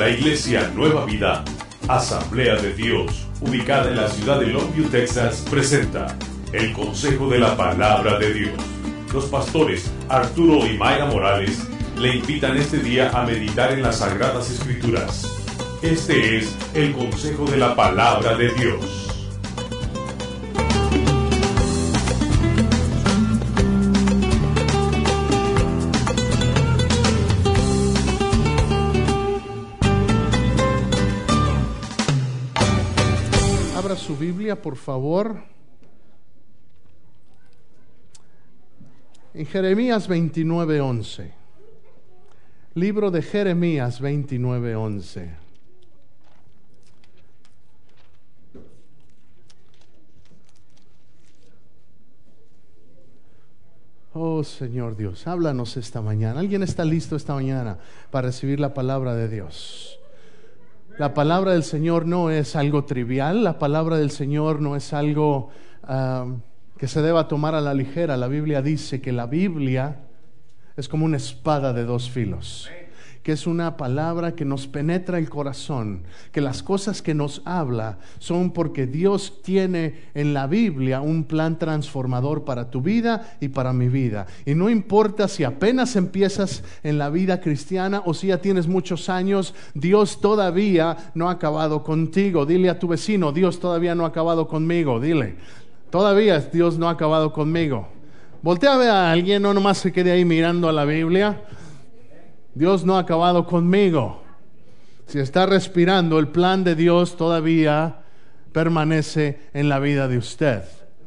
La Iglesia Nueva Vida, Asamblea de Dios, ubicada en la ciudad de Longview, Texas, presenta el Consejo de la Palabra de Dios. Los pastores Arturo y Mayra Morales le invitan este día a meditar en las Sagradas Escrituras. Este es el Consejo de la Palabra de Dios. Abra su Biblia, por favor, en Jeremías 29:11. Libro de Jeremías 29:11. Oh Señor Dios, háblanos esta mañana. ¿Alguien está listo esta mañana para recibir la palabra de Dios? La palabra del Señor no es algo trivial, la palabra del Señor no es algo que se deba tomar a la ligera. La Biblia dice que la Biblia es como una espada de dos filos, que es una palabra que nos penetra el corazón, que las cosas que nos habla son porque Dios tiene en la Biblia un plan transformador para tu vida y para mi vida. Y no importa si apenas empiezas en la vida cristiana o si ya tienes muchos años, Dios todavía no ha acabado contigo. Dile a tu vecino: Dios todavía no ha acabado conmigo. Dile: todavía Dios no ha acabado conmigo. Voltea a ver a alguien, no nomás se quede ahí mirando a la Biblia. Dios no ha acabado conmigo. Si está respirando, el plan de Dios todavía permanece en la vida de usted.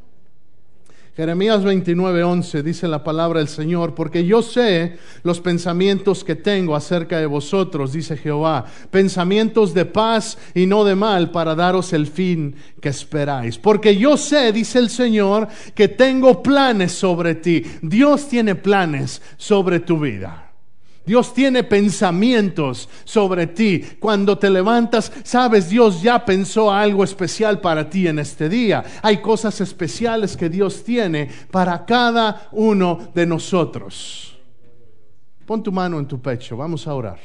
Jeremías 29:11 dice la palabra del Señor: porque yo sé los pensamientos que tengo acerca de vosotros, dice Jehová, pensamientos de paz y no de mal, para daros el fin que esperáis. Porque yo sé, dice el Señor, que tengo planes sobre ti. Dios tiene planes sobre tu vida. Dios tiene pensamientos sobre ti. Cuando te levantas, sabes, Dios ya pensó algo especial para ti en este día. Hay cosas especiales que Dios tiene para cada uno de nosotros. Pon tu mano en tu pecho, vamos a orar.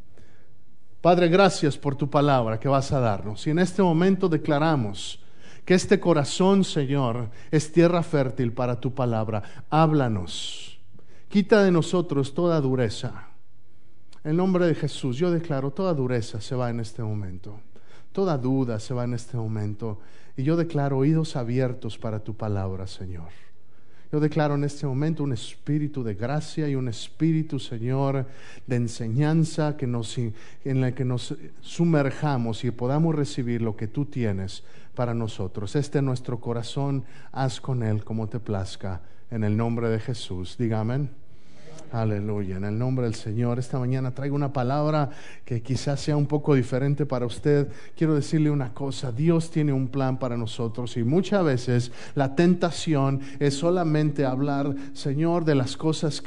Padre, gracias por tu palabra que vas a darnos. Y en este momento declaramos que este corazón, Señor, es tierra fértil para tu palabra. Háblanos. Quita de nosotros toda dureza. En nombre de Jesús, yo declaro: toda dureza se va en este momento, toda duda se va en este momento, y yo declaro oídos abiertos para tu palabra, Señor. Yo declaro en este momento un espíritu de gracia y un espíritu, Señor, de enseñanza en el que nos sumerjamos y podamos recibir lo que tú tienes para nosotros. Este es nuestro corazón, haz con él como te plazca, en el nombre de Jesús. Diga amén. Aleluya, en el nombre del Señor. Esta mañana traigo una palabra que quizás sea un poco diferente para usted. Quiero decirle una cosa: Dios tiene un plan para nosotros, y muchas veces la tentación es solamente hablar, Señor, de las cosas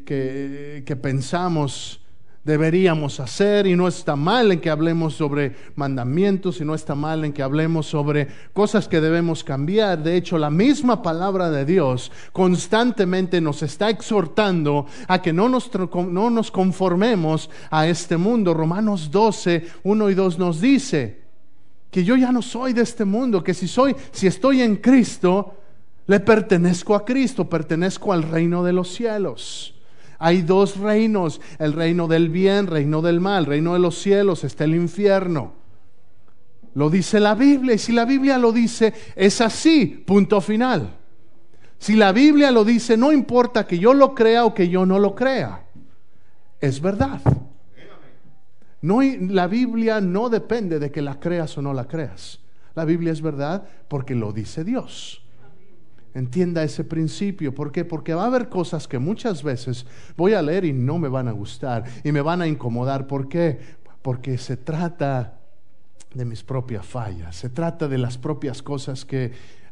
que pensamos deberíamos hacer, y no está mal en que hablemos sobre mandamientos, y no está mal en que hablemos sobre cosas que debemos cambiar. De hecho, la misma palabra de Dios constantemente nos está exhortando a que no nos conformemos a este mundo. Romanos 12:1 y 2 nos dice que yo ya no soy de este mundo, que si estoy en Cristo, le pertenezco a Cristo, pertenezco al reino de los cielos. Hay dos reinos: el reino del bien, reino del mal. Reino de los cielos está el infierno. Lo dice la Biblia, y si la Biblia lo dice, es así, punto final. Si la Biblia lo dice, no importa que yo lo crea o que yo no lo crea, es verdad. No, la Biblia no depende de que la creas o no la creas. La Biblia es verdad porque lo dice Dios. Entienda ese principio. ¿Por qué? Porque va a haber cosas que muchas veces voy a leer y no me van a gustar y me van a incomodar. ¿Por qué? Porque se trata de mis propias fallas, se trata de las propias cosas que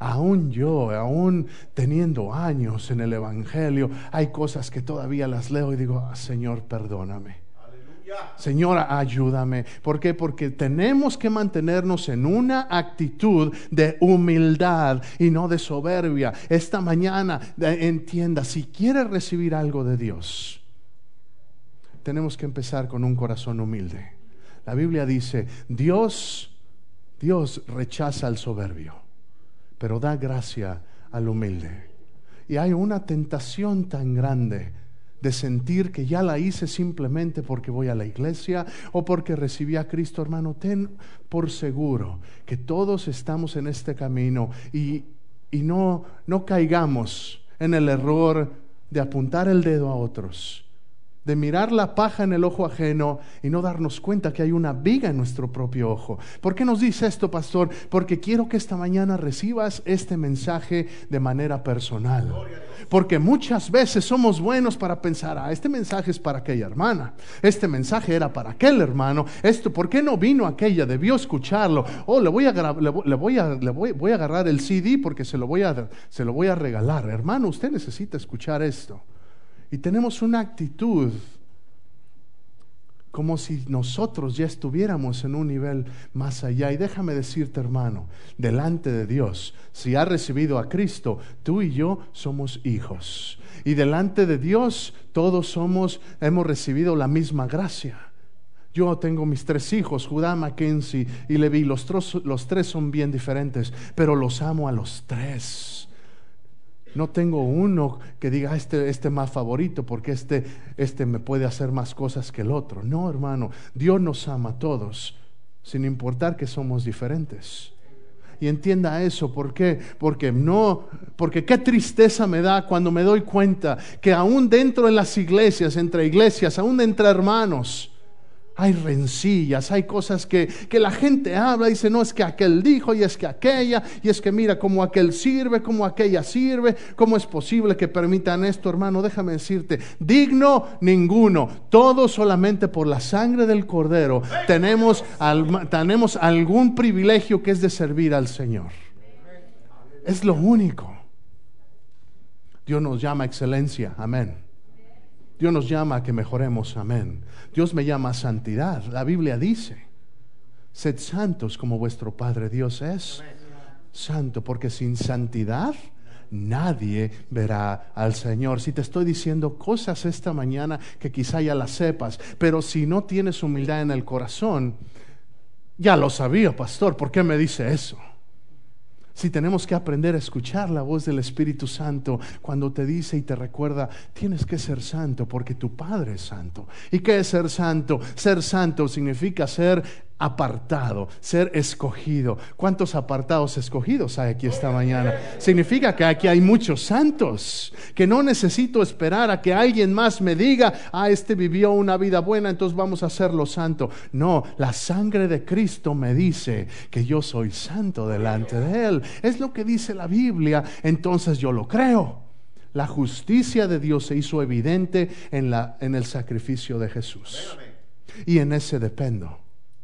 aún teniendo años en el Evangelio, hay cosas que todavía las leo y digo: Señor, perdóname. Señora, ayúdame. ¿Por qué? Porque tenemos que mantenernos en una actitud de humildad y no de soberbia. Esta mañana, entienda, si quieres recibir algo de Dios, tenemos que empezar con un corazón humilde. La Biblia dice, Dios rechaza al soberbio, pero da gracia al humilde. Y hay una tentación tan grande de sentir que ya la hice simplemente porque voy a la iglesia o porque recibí a Cristo. Hermano, ten por seguro que todos estamos en este camino y no caigamos en el error de apuntar el dedo a otros, de mirar la paja en el ojo ajeno y no darnos cuenta que hay una viga en nuestro propio ojo. ¿Por qué nos dice esto, pastor? Porque quiero que esta mañana recibas este mensaje de manera personal. Porque muchas veces somos buenos para pensar, este mensaje es para aquella hermana, este mensaje era para aquel hermano, ¿por qué no vino aquella? Debió escucharlo. Voy a agarrar el CD porque se lo voy a regalar. Hermano, usted necesita escuchar esto. Y tenemos una actitud como si nosotros ya estuviéramos en un nivel más allá. Y déjame decirte, hermano, delante de Dios, si has recibido a Cristo, tú y yo somos hijos. Y delante de Dios todos hemos recibido la misma gracia. Yo tengo mis 3 hijos, Judá, Mackenzie y Leví. Los 3 son bien diferentes, pero los amo a los 3. No tengo uno que diga este más favorito porque este me puede hacer más cosas que el otro. No, hermano, Dios nos ama a todos, sin importar que somos diferentes. Y entienda eso. ¿Por qué? Porque qué tristeza me da cuando me doy cuenta que aún dentro de las iglesias, entre iglesias, aún entre hermanos, hay rencillas, hay cosas que la gente habla y dice, no, es que aquel dijo y es que aquella, y es que mira cómo aquel sirve, cómo aquella sirve, cómo es posible que permitan esto. Hermano, déjame decirte, digno ninguno, todo solamente por la sangre del Cordero tenemos algún privilegio, que es de servir al Señor. Es lo único. Dios nos llama a excelencia, amén. Dios nos llama a que mejoremos, amén. Dios me llama a santidad. La Biblia dice, sed santos como vuestro Padre Dios es santo, porque sin santidad nadie verá al Señor. Si te estoy diciendo cosas esta mañana que quizá ya las sepas, pero si no tienes humildad en el corazón, ya lo sabía, pastor, ¿por qué me dice eso? Si tenemos que aprender a escuchar la voz del Espíritu Santo cuando te dice y te recuerda, tienes que ser santo porque tu Padre es santo. ¿Y qué es ser santo? Ser santo significa ser apartado, ser escogido. ¿Cuántos apartados escogidos hay aquí esta mañana? Significa que aquí hay muchos santos, que no necesito esperar a que alguien más me diga, este vivió una vida buena, entonces vamos a hacerlo santo. No, la sangre de Cristo me dice que yo soy santo delante de Él. Es lo que dice la Biblia, entonces yo lo creo. La justicia de Dios se hizo evidente en el sacrificio de Jesús. Y en ese dependo.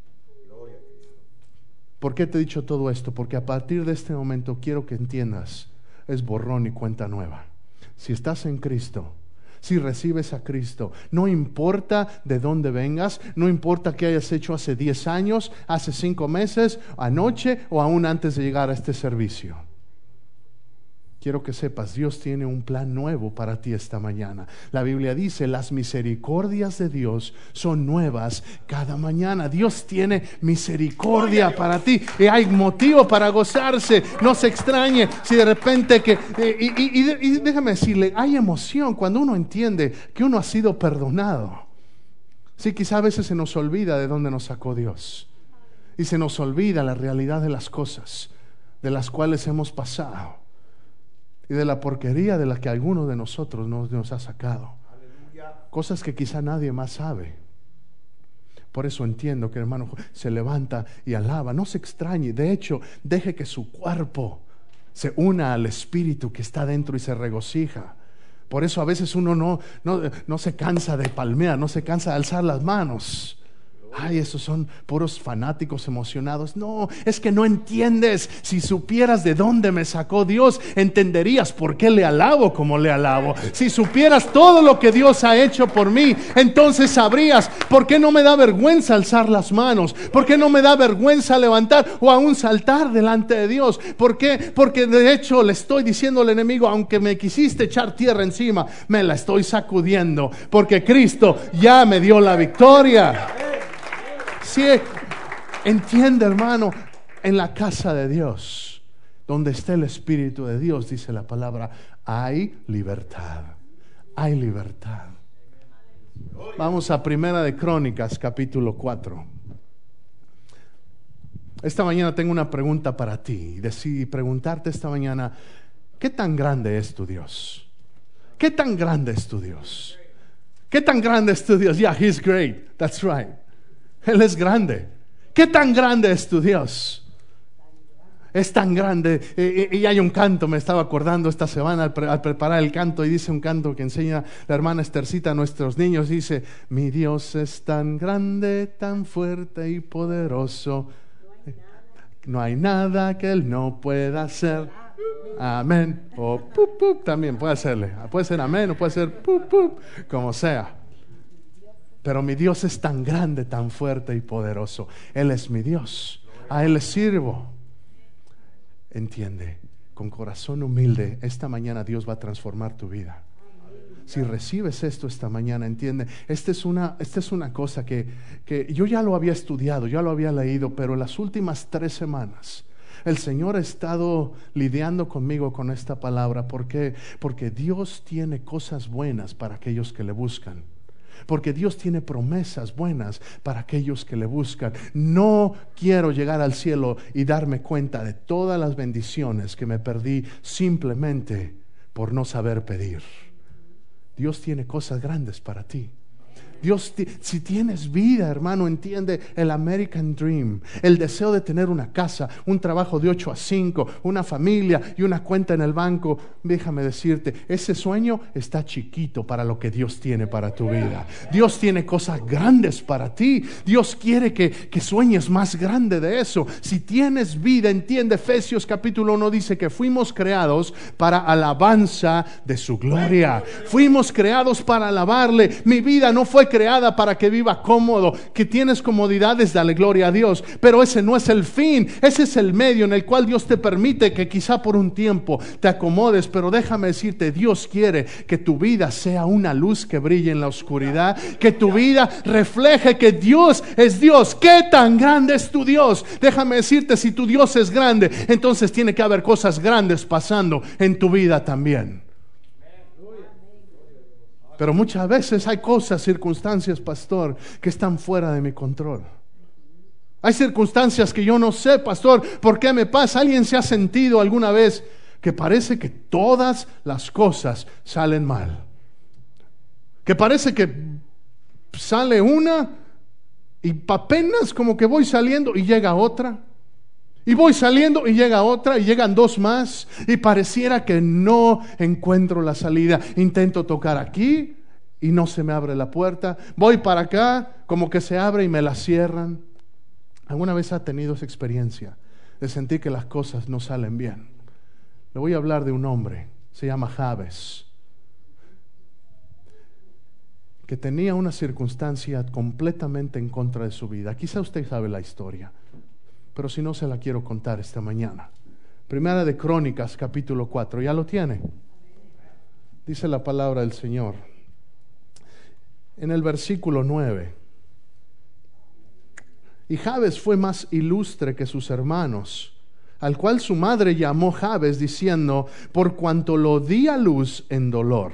¿Por qué te he dicho todo esto? Porque a partir de este momento quiero que entiendas, es borrón y cuenta nueva. Si estás en Cristo, si recibes a Cristo, no importa de dónde vengas, no importa qué hayas hecho hace 10 años, hace 5 meses, anoche o aún antes de llegar a este servicio. Quiero que sepas, Dios tiene un plan nuevo para ti esta mañana. La Biblia dice, las misericordias de Dios son nuevas cada mañana. Dios tiene misericordia para ti y hay motivo para gozarse. No se extrañe si de repente y déjame decirle, hay emoción cuando uno entiende que uno ha sido perdonado. Sí, quizá a veces se nos olvida de dónde nos sacó Dios y se nos olvida la realidad de las cosas de las cuales hemos pasado y de la porquería de la que alguno de nosotros nos ha sacado. Aleluya. Cosas que quizá nadie más sabe. Por eso entiendo que el hermano se levanta y alaba. No se extrañe. De hecho, deje que su cuerpo se una al Espíritu que está dentro y se regocija. Por eso a veces uno no se cansa de palmear, no se cansa de alzar las manos. Esos son puros fanáticos emocionados. No, es que no entiendes. Si supieras de dónde me sacó Dios, entenderías por qué le alabo como le alabo. Si supieras todo lo que Dios ha hecho por mí, entonces sabrías por qué no me da vergüenza alzar las manos, por qué no me da vergüenza levantar o aún saltar delante de Dios. ¿Por qué? Porque de hecho le estoy diciendo al enemigo, aunque me quisiste echar tierra encima, me la estoy sacudiendo, porque Cristo ya me dio la victoria. Sí, entiende, hermano, en la casa de Dios, donde está el Espíritu de Dios, dice la palabra, hay libertad. Hay libertad. Vamos a Primera de Crónicas, capítulo 4. Esta mañana tengo una pregunta para ti. Decidí preguntarte esta mañana, ¿qué tan grande es tu Dios? ¿Qué tan grande es tu Dios? ¿Qué tan grande es tu Dios? Yeah, He's great. That's right. Él es grande. ¿Qué tan grande es tu Dios? Es tan grande. Y hay un canto, me estaba acordando esta semana al preparar el canto, y dice un canto que enseña la hermana Estercita a nuestros niños. Dice: mi Dios es tan grande, tan fuerte y poderoso. No hay nada que Él no pueda hacer. Amén. O pup, pup, también puede hacerle. Puede ser amén o puede ser pup, pup, como sea. Pero mi Dios es tan grande, tan fuerte y poderoso. Él es mi Dios. A Él le sirvo. Entiende, con corazón humilde, esta mañana Dios va a transformar tu vida. Si recibes esto esta mañana, entiende, esta es una cosa que yo ya lo había estudiado, ya lo había leído, pero las últimas 3 semanas el Señor ha estado lidiando conmigo con esta palabra. ¿Por qué? Porque Dios tiene cosas buenas para aquellos que le buscan. Porque Dios tiene promesas buenas para aquellos que le buscan. No quiero llegar al cielo y darme cuenta de todas las bendiciones que me perdí simplemente por no saber pedir. Dios tiene cosas grandes para ti. Dios, si tienes vida, hermano, entiende el American Dream, el deseo de tener una casa, un trabajo de 8 a 5, una familia y una cuenta en el banco. Déjame decirte, ese sueño está chiquito para lo que Dios tiene para tu vida. Dios tiene cosas grandes para ti. Dios quiere que sueñes más grande de eso. Si tienes vida, entiende, Efesios capítulo 1 dice que fuimos creados para alabanza de su gloria. Fuimos creados para alabarle. Mi vida no fue creada para que viva cómodo, que tienes comodidades, dale gloria a Dios, pero ese no es el fin. Ese es el medio en el cual Dios te permite que quizá por un tiempo te acomodes, pero déjame decirte, Dios quiere que tu vida sea una luz que brille en la oscuridad, que tu vida refleje que Dios es Dios. ¿Qué tan grande es tu Dios? Déjame decirte, si tu Dios es grande, entonces tiene que haber cosas grandes pasando en tu vida también. Pero muchas veces hay cosas, circunstancias, pastor, que están fuera de mi control. Hay circunstancias que yo no sé, pastor, ¿por qué me pasa? ¿Alguien se ha sentido alguna vez que parece que todas las cosas salen mal? Que parece que sale una y apenas como que voy saliendo y llega otra. Y voy saliendo y llega otra y llegan 2 más y pareciera que no encuentro la salida. Intento tocar aquí y no se me abre la puerta. Voy para acá, como que se abre y me la cierran. ¿Alguna vez ha tenido esa experiencia de sentir que las cosas no salen bien? Le voy a hablar de un hombre, se llama Jabes, que tenía una circunstancia completamente en contra de su vida. Quizá usted sabe la historia, pero si no, se la quiero contar esta mañana. Primera de Crónicas, capítulo 4. ¿Ya lo tiene? Dice la palabra del Señor en el versículo 9: y Jabes fue más ilustre que sus hermanos, al cual su madre llamó Jabes, diciendo: por cuanto lo di a luz en dolor.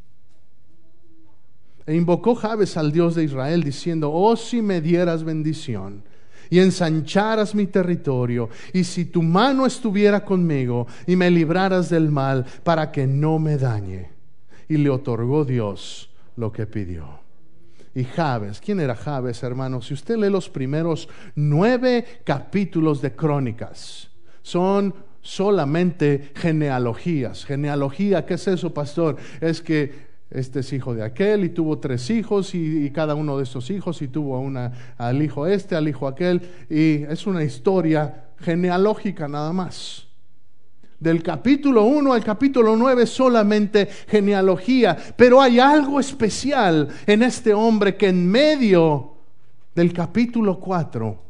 E invocó Jabes al Dios de Israel, diciendo: oh, si me dieras bendición y ensancharas mi territorio, y si tu mano estuviera conmigo y me libraras del mal, para que no me dañe. Y le otorgó Dios lo que pidió. Y Jabes, ¿quién era Jabes, hermano? Si usted lee los primeros 9 capítulos de Crónicas, son solamente genealogías. Genealogía, ¿qué es eso, pastor? Es que este es hijo de aquel y tuvo 3 hijos y cada uno de estos hijos y tuvo al hijo este, al hijo aquel, y es una historia genealógica nada más. Del capítulo 1 al capítulo 9 solamente genealogía, pero hay algo especial en este hombre que en medio del capítulo 4,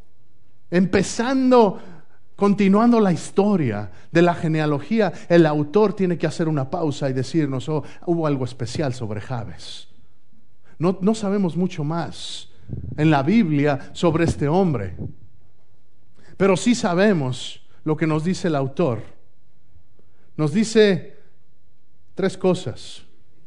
continuando la historia de la genealogía, el autor tiene que hacer una pausa y decirnos: oh, hubo algo especial sobre Jabes. No sabemos mucho más en la Biblia sobre este hombre. Pero sí sabemos lo que nos dice el autor. Nos dice 3 cosas.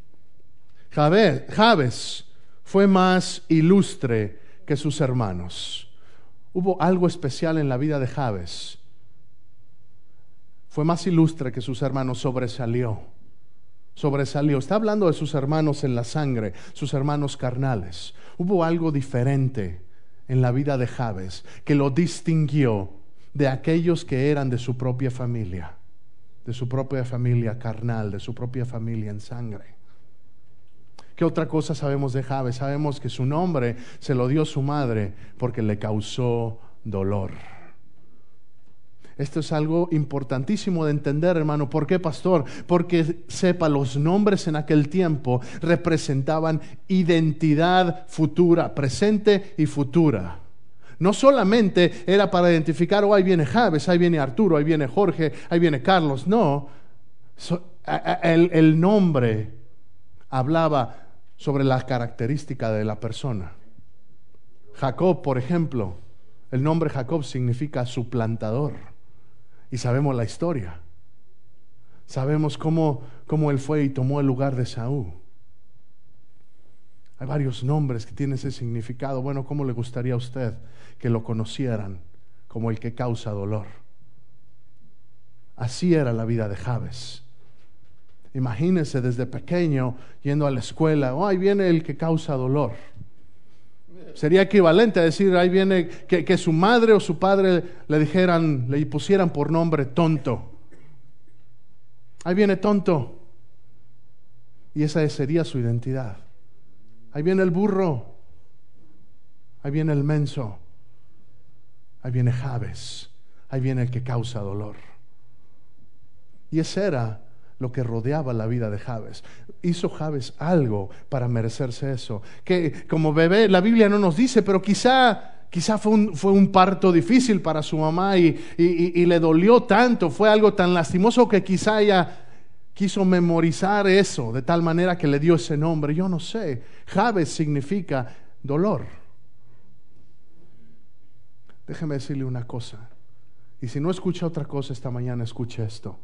Jabes fue más ilustre que sus hermanos. Hubo algo especial en la vida de Jabes. Fue más ilustre que sus hermanos, sobresalió. Está hablando de sus hermanos en la sangre, sus hermanos carnales. Hubo algo diferente en la vida de Jabes que lo distinguió de aquellos que eran de su propia familia carnal, de su propia familia en sangre. ¿Qué otra cosa sabemos de Jabes? Sabemos que su nombre se lo dio su madre porque le causó dolor. Esto es algo importantísimo de entender, hermano. ¿Por qué, pastor? Porque sepa, los nombres en aquel tiempo representaban identidad futura, presente y futura. No solamente era para identificar, ahí viene Jabes, ahí viene Arturo, ahí viene Jorge, ahí viene Carlos. No, el nombre hablaba sobre la característica de la persona. Jacob, por ejemplo, el nombre Jacob significa suplantador. Y sabemos la historia. Sabemos cómo él fue y tomó el lugar de Saúl. Hay varios nombres que tienen ese significado. Bueno, ¿cómo le gustaría a usted que lo conocieran como el que causa dolor? Así era la vida de Jabes. Imagínese desde pequeño yendo a la escuela. Ahí viene el que causa dolor. Sería equivalente a decir, ahí viene que su madre o su padre le pusieran por nombre tonto. Ahí viene tonto. Y esa sería su identidad. Ahí viene el burro. Ahí viene el menso. Ahí viene Jabes. Ahí viene el que causa dolor. Y ese era lo que rodeaba la vida de Jabes. Hizo Jabes algo para merecerse eso. Que como bebé, la Biblia no nos dice, pero quizá fue un parto difícil para su mamá y le dolió tanto, fue algo tan lastimoso que quizá ella quiso memorizar eso, de tal manera que le dio ese nombre. Yo no sé. Jabes significa dolor. Déjeme decirle una cosa. Y si no escucha otra cosa esta mañana, escuche esto.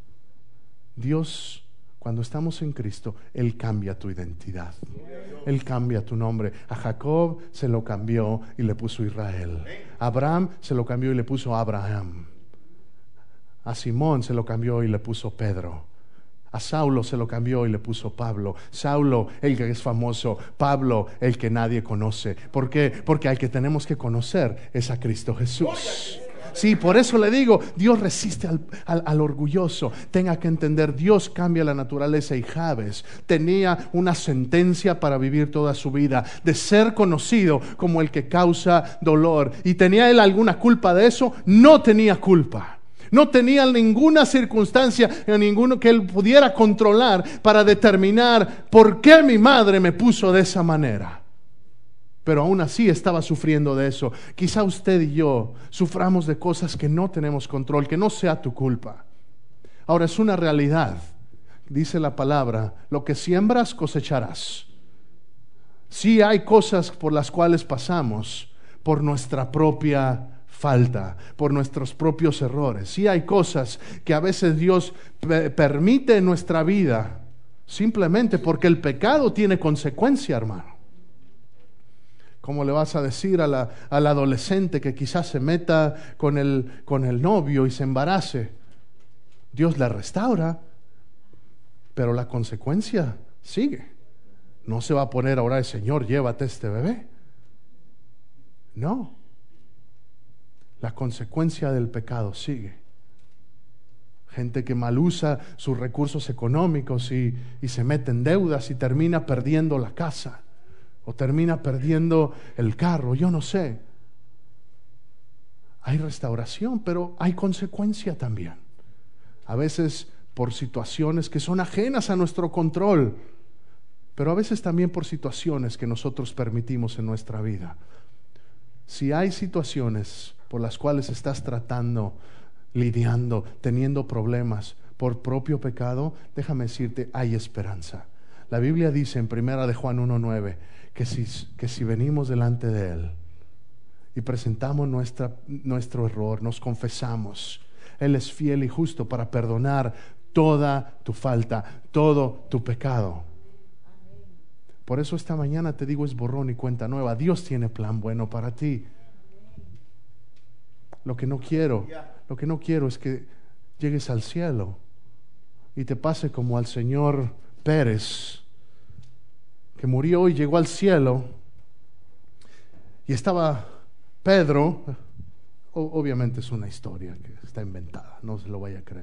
Dios, cuando estamos en Cristo, Él cambia tu identidad. Él cambia tu nombre. A Jacob se lo cambió y le puso Israel. A Abraham se lo cambió y le puso Abraham. A Simón se lo cambió y le puso Pedro. A Saulo se lo cambió y le puso Pablo. Saulo, el que es famoso. Pablo, el que nadie conoce. ¿Por qué? Porque al que tenemos que conocer es a Cristo Jesús. Sí, por eso le digo, Dios resiste al orgulloso. Tenga que entender, Dios cambia la naturaleza. Y Jabes tenía una sentencia para vivir toda su vida, de ser conocido como el que causa dolor. ¿Y tenía él alguna culpa de eso? No tenía culpa. No tenía ninguna circunstancia, ninguno que él pudiera controlar para determinar por qué mi madre me puso de esa manera. Pero aún así estaba sufriendo de eso. Quizá usted y yo suframos de cosas que no tenemos control, que no sea tu culpa. Ahora es una realidad. Dice la palabra, lo que siembras cosecharás. Sí hay cosas por las cuales pasamos por nuestra propia falta, por nuestros propios errores. Sí hay cosas que a veces Dios permite en nuestra vida simplemente porque el pecado tiene consecuencia, hermano. ¿Cómo le vas a decir al adolescente que quizás se meta con el novio y se embarace? Dios le restaura, pero la consecuencia sigue. No se va a poner a orar, Señor, llévate este bebé. No. La consecuencia del pecado sigue. Gente que mal usa sus recursos económicos y se mete en deudas y termina perdiendo la casa. O termina perdiendo el carro, yo no sé. Hay restauración, pero hay consecuencia también. A veces por situaciones que son ajenas a nuestro control, pero a veces también por situaciones que nosotros permitimos en nuestra vida. Si hay situaciones por las cuales estás tratando, lidiando, teniendo problemas por propio pecado, déjame decirte, hay esperanza. La Biblia dice en 1 de Juan 1:9 que si venimos delante de Él y presentamos nuestro error, nos confesamos, Él es fiel y justo para perdonar toda tu falta, todo tu pecado. Por eso esta mañana te digo, es borrón y cuenta nueva. Dios tiene plan bueno para ti. Lo que no quiero es que llegues al cielo y te pase como al señor Pérez, que murió y llegó al cielo, y estaba Pedro. Obviamente es una historia que está inventada, no se lo vaya a creer,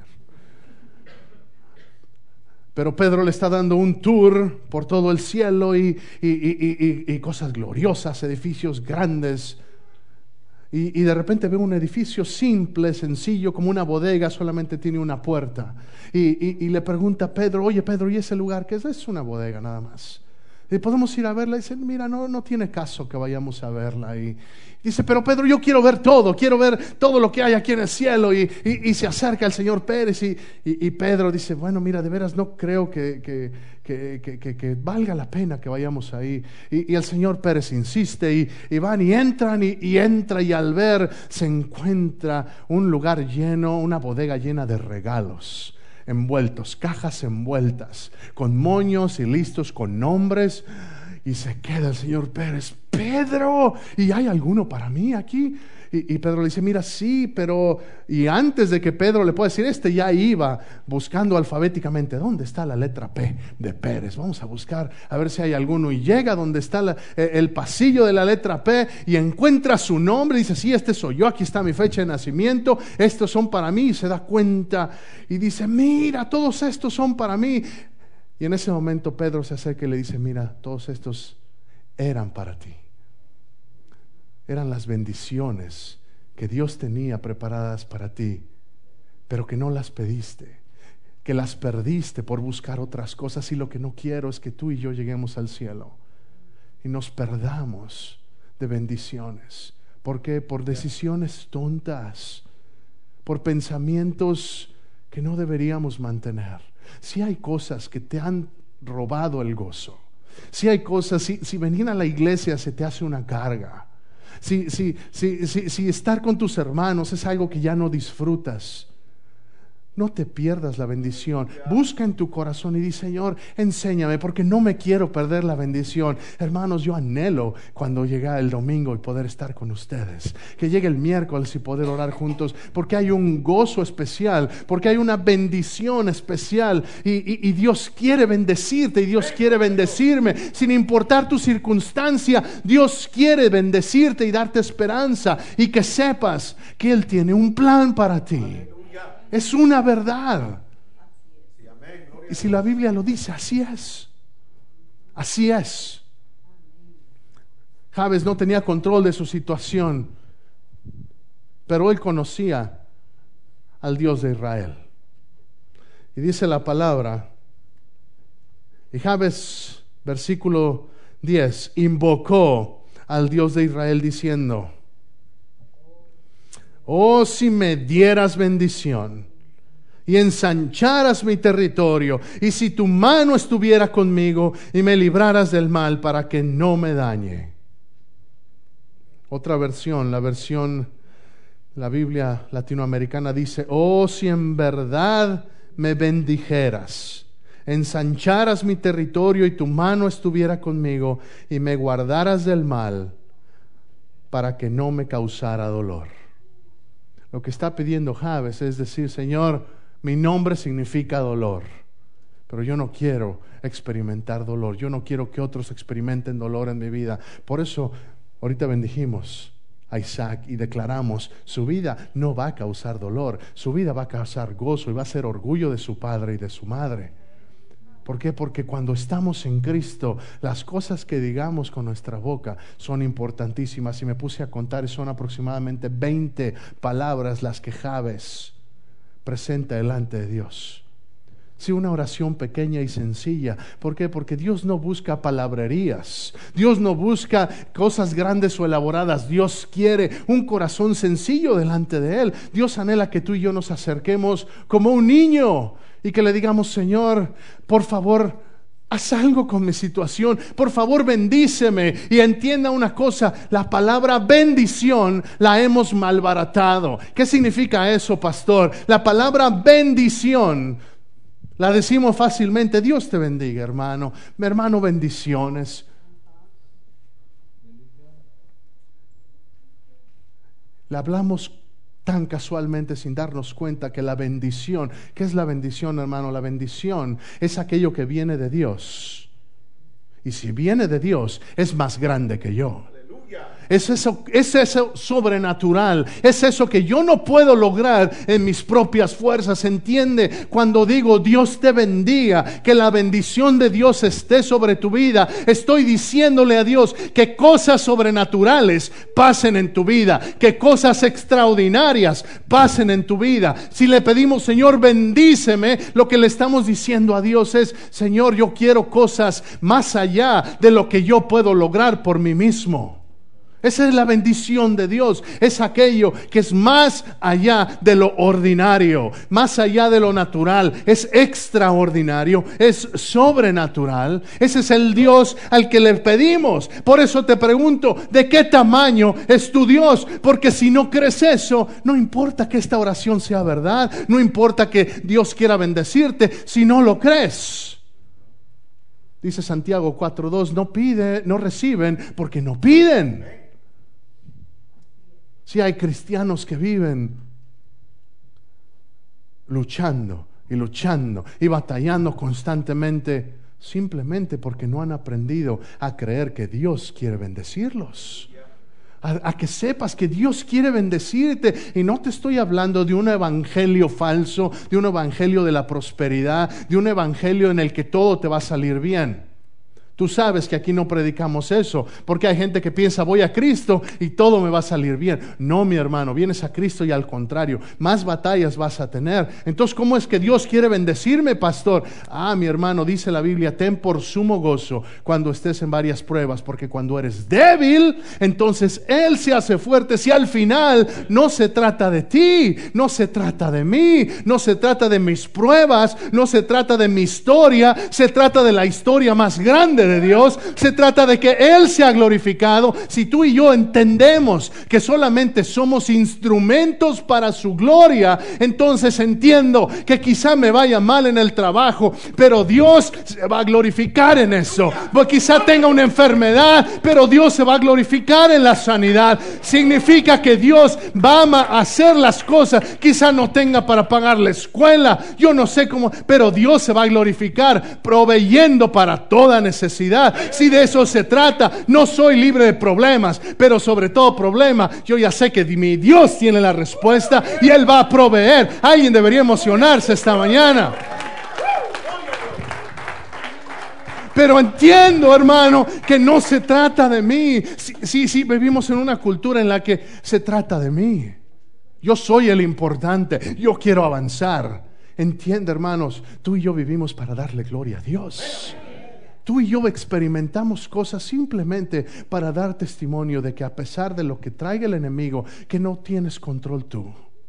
pero Pedro le está dando un tour por todo el cielo y cosas gloriosas, edificios grandes. Y de repente ve un edificio simple, sencillo, como una bodega, solamente tiene una puerta. Y le pregunta a Pedro, oye Pedro, ¿y ese lugar qué es? Es una bodega nada más. Y podemos ir a verla. Y dice, mira, no tiene caso que vayamos a verla. Y dice, pero Pedro, yo quiero ver todo lo que hay aquí en el cielo. Y se acerca el señor Pérez y Pedro dice, bueno, mira, de veras no creo que valga la pena que vayamos ahí. Y el señor Pérez insiste y van y entran y entra, y al ver se encuentra un lugar lleno, una bodega llena de regalos envueltos, cajas envueltas, con moños y listos con nombres. Y se queda el señor Pérez, Pedro, ¿y hay alguno para mí aquí? Y Pedro le dice, mira, sí, pero... Y antes de que Pedro le pueda decir, ya iba buscando alfabéticamente, ¿dónde está la letra P de Pérez? Vamos a buscar a ver si hay alguno. Y llega donde está el pasillo de la letra P y encuentra su nombre. Y dice, sí, este soy yo, aquí está mi fecha de nacimiento, estos son para mí. Y se da cuenta y dice, mira, todos estos son para mí. Y en ese momento Pedro se acerca y le dice, mira, todos estos eran para ti. Eran las bendiciones que Dios tenía preparadas para ti, pero que no las pediste, que las perdiste por buscar otras cosas. Y lo que no quiero es que tú y yo lleguemos al cielo y nos perdamos de bendiciones. ¿Por qué? Por decisiones tontas, por pensamientos que no deberíamos mantener. Si hay cosas que te han robado el gozo, si hay cosas, si venir a la iglesia se te hace una carga, si estar con tus hermanos es algo que ya no disfrutas, no te pierdas la bendición. Busca en tu corazón y di, Señor, enséñame, porque no me quiero perder la bendición. Hermanos, yo anhelo cuando llegue el domingo y poder estar con ustedes, que llegue el miércoles y poder orar juntos, porque hay un gozo especial, porque hay una bendición especial, y Dios quiere bendecirte, y Dios quiere bendecirme sin importar tu circunstancia. Dios quiere bendecirte y darte esperanza, y que sepas que Él tiene un plan para ti. Es una verdad. Y si la Biblia lo dice, así es. Así es. Jabes no tenía control de su situación, pero él conocía al Dios de Israel. Y dice la palabra, y Jabes, versículo 10, invocó al Dios de Israel diciendo, oh, si me dieras bendición y ensancharas mi territorio, y si tu mano estuviera conmigo y me libraras del mal para que no me dañe. Otra versión, la Biblia latinoamericana dice, oh, si en verdad me bendijeras, ensancharas mi territorio y tu mano estuviera conmigo y me guardaras del mal para que no me causara dolor. Lo que está pidiendo Jabes es decir, Señor, mi nombre significa dolor, pero yo no quiero experimentar dolor. Yo no quiero que otros experimenten dolor en mi vida. Por eso, ahorita bendijimos a Isaac y declaramos, su vida no va a causar dolor, su vida va a causar gozo y va a ser orgullo de su padre y de su madre. ¿Por qué? Porque cuando estamos en Cristo, las cosas que digamos con nuestra boca son importantísimas. Y me puse a contar, son aproximadamente 20 palabras las que Jabes presenta delante de Dios. Sí, una oración pequeña y sencilla. ¿Por qué? Porque Dios no busca palabrerías. Dios no busca cosas grandes o elaboradas. Dios quiere un corazón sencillo delante de Él. Dios anhela que tú y yo nos acerquemos como un niño y que le digamos, Señor, por favor, Haz algo con mi situación. Por favor, bendíceme. Y entienda una cosa, la palabra bendición la hemos malbaratado. ¿Qué significa eso, pastor? La palabra bendición la decimos fácilmente. Dios te bendiga, hermano. Mi hermano, bendiciones. Le hablamos tan casualmente sin darnos cuenta que la bendición, ¿qué es la bendición, hermano? La bendición es aquello que viene de Dios. Y si viene de Dios, es más grande que yo. Es eso sobrenatural, es eso que yo no puedo lograr en mis propias fuerzas. Entiende, cuando digo Dios te bendiga, que la bendición de Dios esté sobre tu vida, estoy diciéndole a Dios que cosas sobrenaturales pasen en tu vida, que cosas extraordinarias pasen en tu vida. Si le pedimos, Señor, bendíceme, lo que le estamos diciendo a Dios es, Señor, yo quiero cosas más allá de lo que yo puedo lograr por mí mismo. Esa es la bendición de Dios. Es aquello que es más allá de lo ordinario, más allá de lo natural. Es extraordinario, es sobrenatural. Ese es el Dios al que le pedimos. Por eso te pregunto, ¿de qué tamaño es tu Dios? Porque si no crees eso, no importa que esta oración sea verdad, no importa que Dios quiera bendecirte, si no lo crees. Dice Santiago 4:2, no reciben porque no piden. Si hay cristianos que viven luchando y batallando constantemente, simplemente porque no han aprendido a creer que Dios quiere bendecirlos. A que sepas que Dios quiere bendecirte. Y no te estoy hablando de un evangelio falso, de un evangelio de la prosperidad, de un evangelio en el que todo te va a salir bien. Tú sabes que aquí no predicamos eso, porque hay gente que piensa, voy a Cristo y todo me va a salir bien. No, mi hermano, vienes a Cristo y al contrario, más batallas vas a tener. Entonces, ¿cómo es que Dios quiere bendecirme, pastor? Mi hermano, dice la Biblia, ten por sumo gozo cuando estés en varias pruebas, porque cuando eres débil, entonces Él se hace fuerte. Si al final no se trata de ti, no se trata de mí, no se trata de mis pruebas, no se trata de mi historia, se trata de la historia más grande de Dios. Se trata de que Él sea glorificado. Si tú y yo entendemos que solamente somos instrumentos para su gloria, entonces entiendo que quizá me vaya mal en el trabajo, pero Dios se va a glorificar en eso. Pues quizá tenga una enfermedad, pero Dios se va a glorificar en la sanidad. Significa que Dios va a hacer las cosas. Quizá no tenga para pagar la escuela, yo no sé cómo, pero Dios se va a glorificar proveyendo para toda necesidad. Si de eso se trata, no soy libre de problemas, pero sobre todo problema, yo ya sé que mi Dios tiene la respuesta y Él va a proveer. Alguien debería emocionarse esta mañana. Pero entiendo, hermano, que no se trata de mí. Sí, vivimos en una cultura en la que se trata de mí. Yo soy el importante, yo quiero avanzar. Entiende, hermanos, tú y yo vivimos para darle gloria a Dios. Tú y yo experimentamos cosas simplemente para dar testimonio de que a pesar de lo que traiga el enemigo, que no tienes control tú.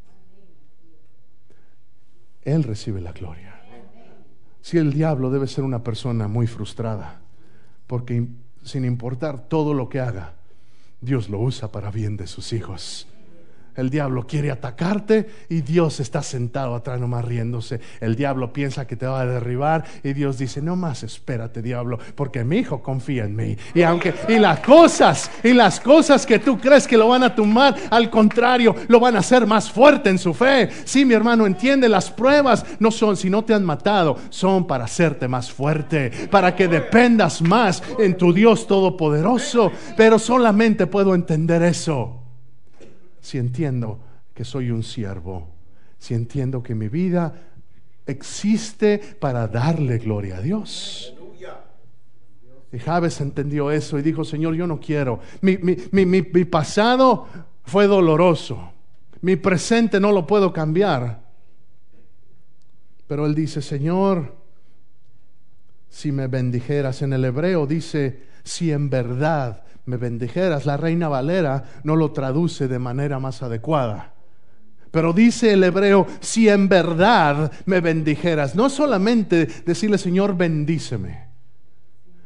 Él recibe la gloria. Si el diablo debe ser una persona muy frustrada, porque sin importar todo lo que haga, Dios lo usa para bien de sus hijos. El diablo quiere atacarte y Dios está sentado atrás nomás riéndose. El diablo piensa que te va a derribar y Dios dice, no más espérate, diablo, porque mi hijo confía en mí. Y las cosas que tú crees que lo van a tumbar, al contrario, lo van a hacer más fuerte en su fe. Sí, mi hermano, entiende, las pruebas no son, si no te han matado, son para hacerte más fuerte, para que dependas más en tu Dios todopoderoso. Pero solamente puedo entender eso si entiendo que soy un siervo, si entiendo que mi vida existe para darle gloria a Dios. Y Jabes entendió eso y dijo, Señor, yo no quiero. Mi pasado fue doloroso, mi presente no lo puedo cambiar. Pero él dice, Señor, si me bendijeras. En el hebreo dice, si en verdad me bendijeras. La Reina Valera no lo traduce de manera más adecuada, pero dice el hebreo, si en verdad me bendijeras. No solamente decirle, Señor, bendíceme,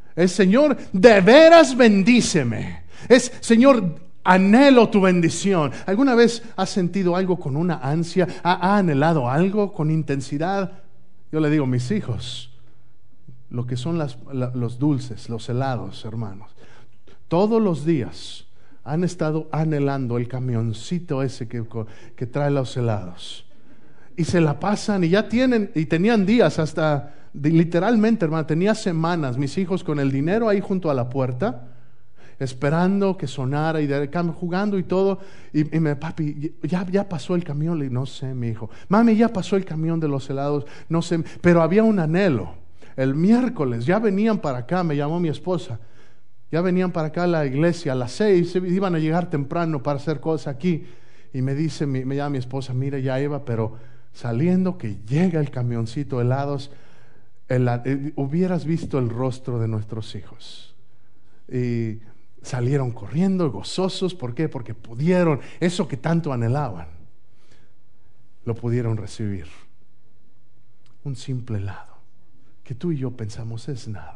Es, Señor, de veras bendíceme. Es, Señor, anhelo tu bendición. ¿Alguna vez has sentido algo con una ansia? ¿Ha anhelado algo con intensidad? Yo le digo a mis hijos, lo que son los dulces, los helados, hermanos, todos los días han estado anhelando el camioncito ese que trae los helados. Y se la pasan y ya tenían días hasta, literalmente, hermano, tenía semanas, mis hijos con el dinero ahí junto a la puerta, esperando que sonara y jugando y todo. Y papi, ya pasó el camión. Le digo, no sé, mi hijo. Mami, ya pasó el camión de los helados. No sé, pero había un anhelo. El miércoles ya venían para acá, me llamó mi esposa. Ya venían para acá a la iglesia a las 6, iban a llegar temprano para hacer cosas aquí. Y me llama mi esposa, mira, ya iba, pero saliendo que llega el camioncito de helados, hubieras visto el rostro de nuestros hijos. Y salieron corriendo, gozosos. ¿Por qué? Porque pudieron, eso que tanto anhelaban, lo pudieron recibir. Un simple helado, que tú y yo pensamos es nada.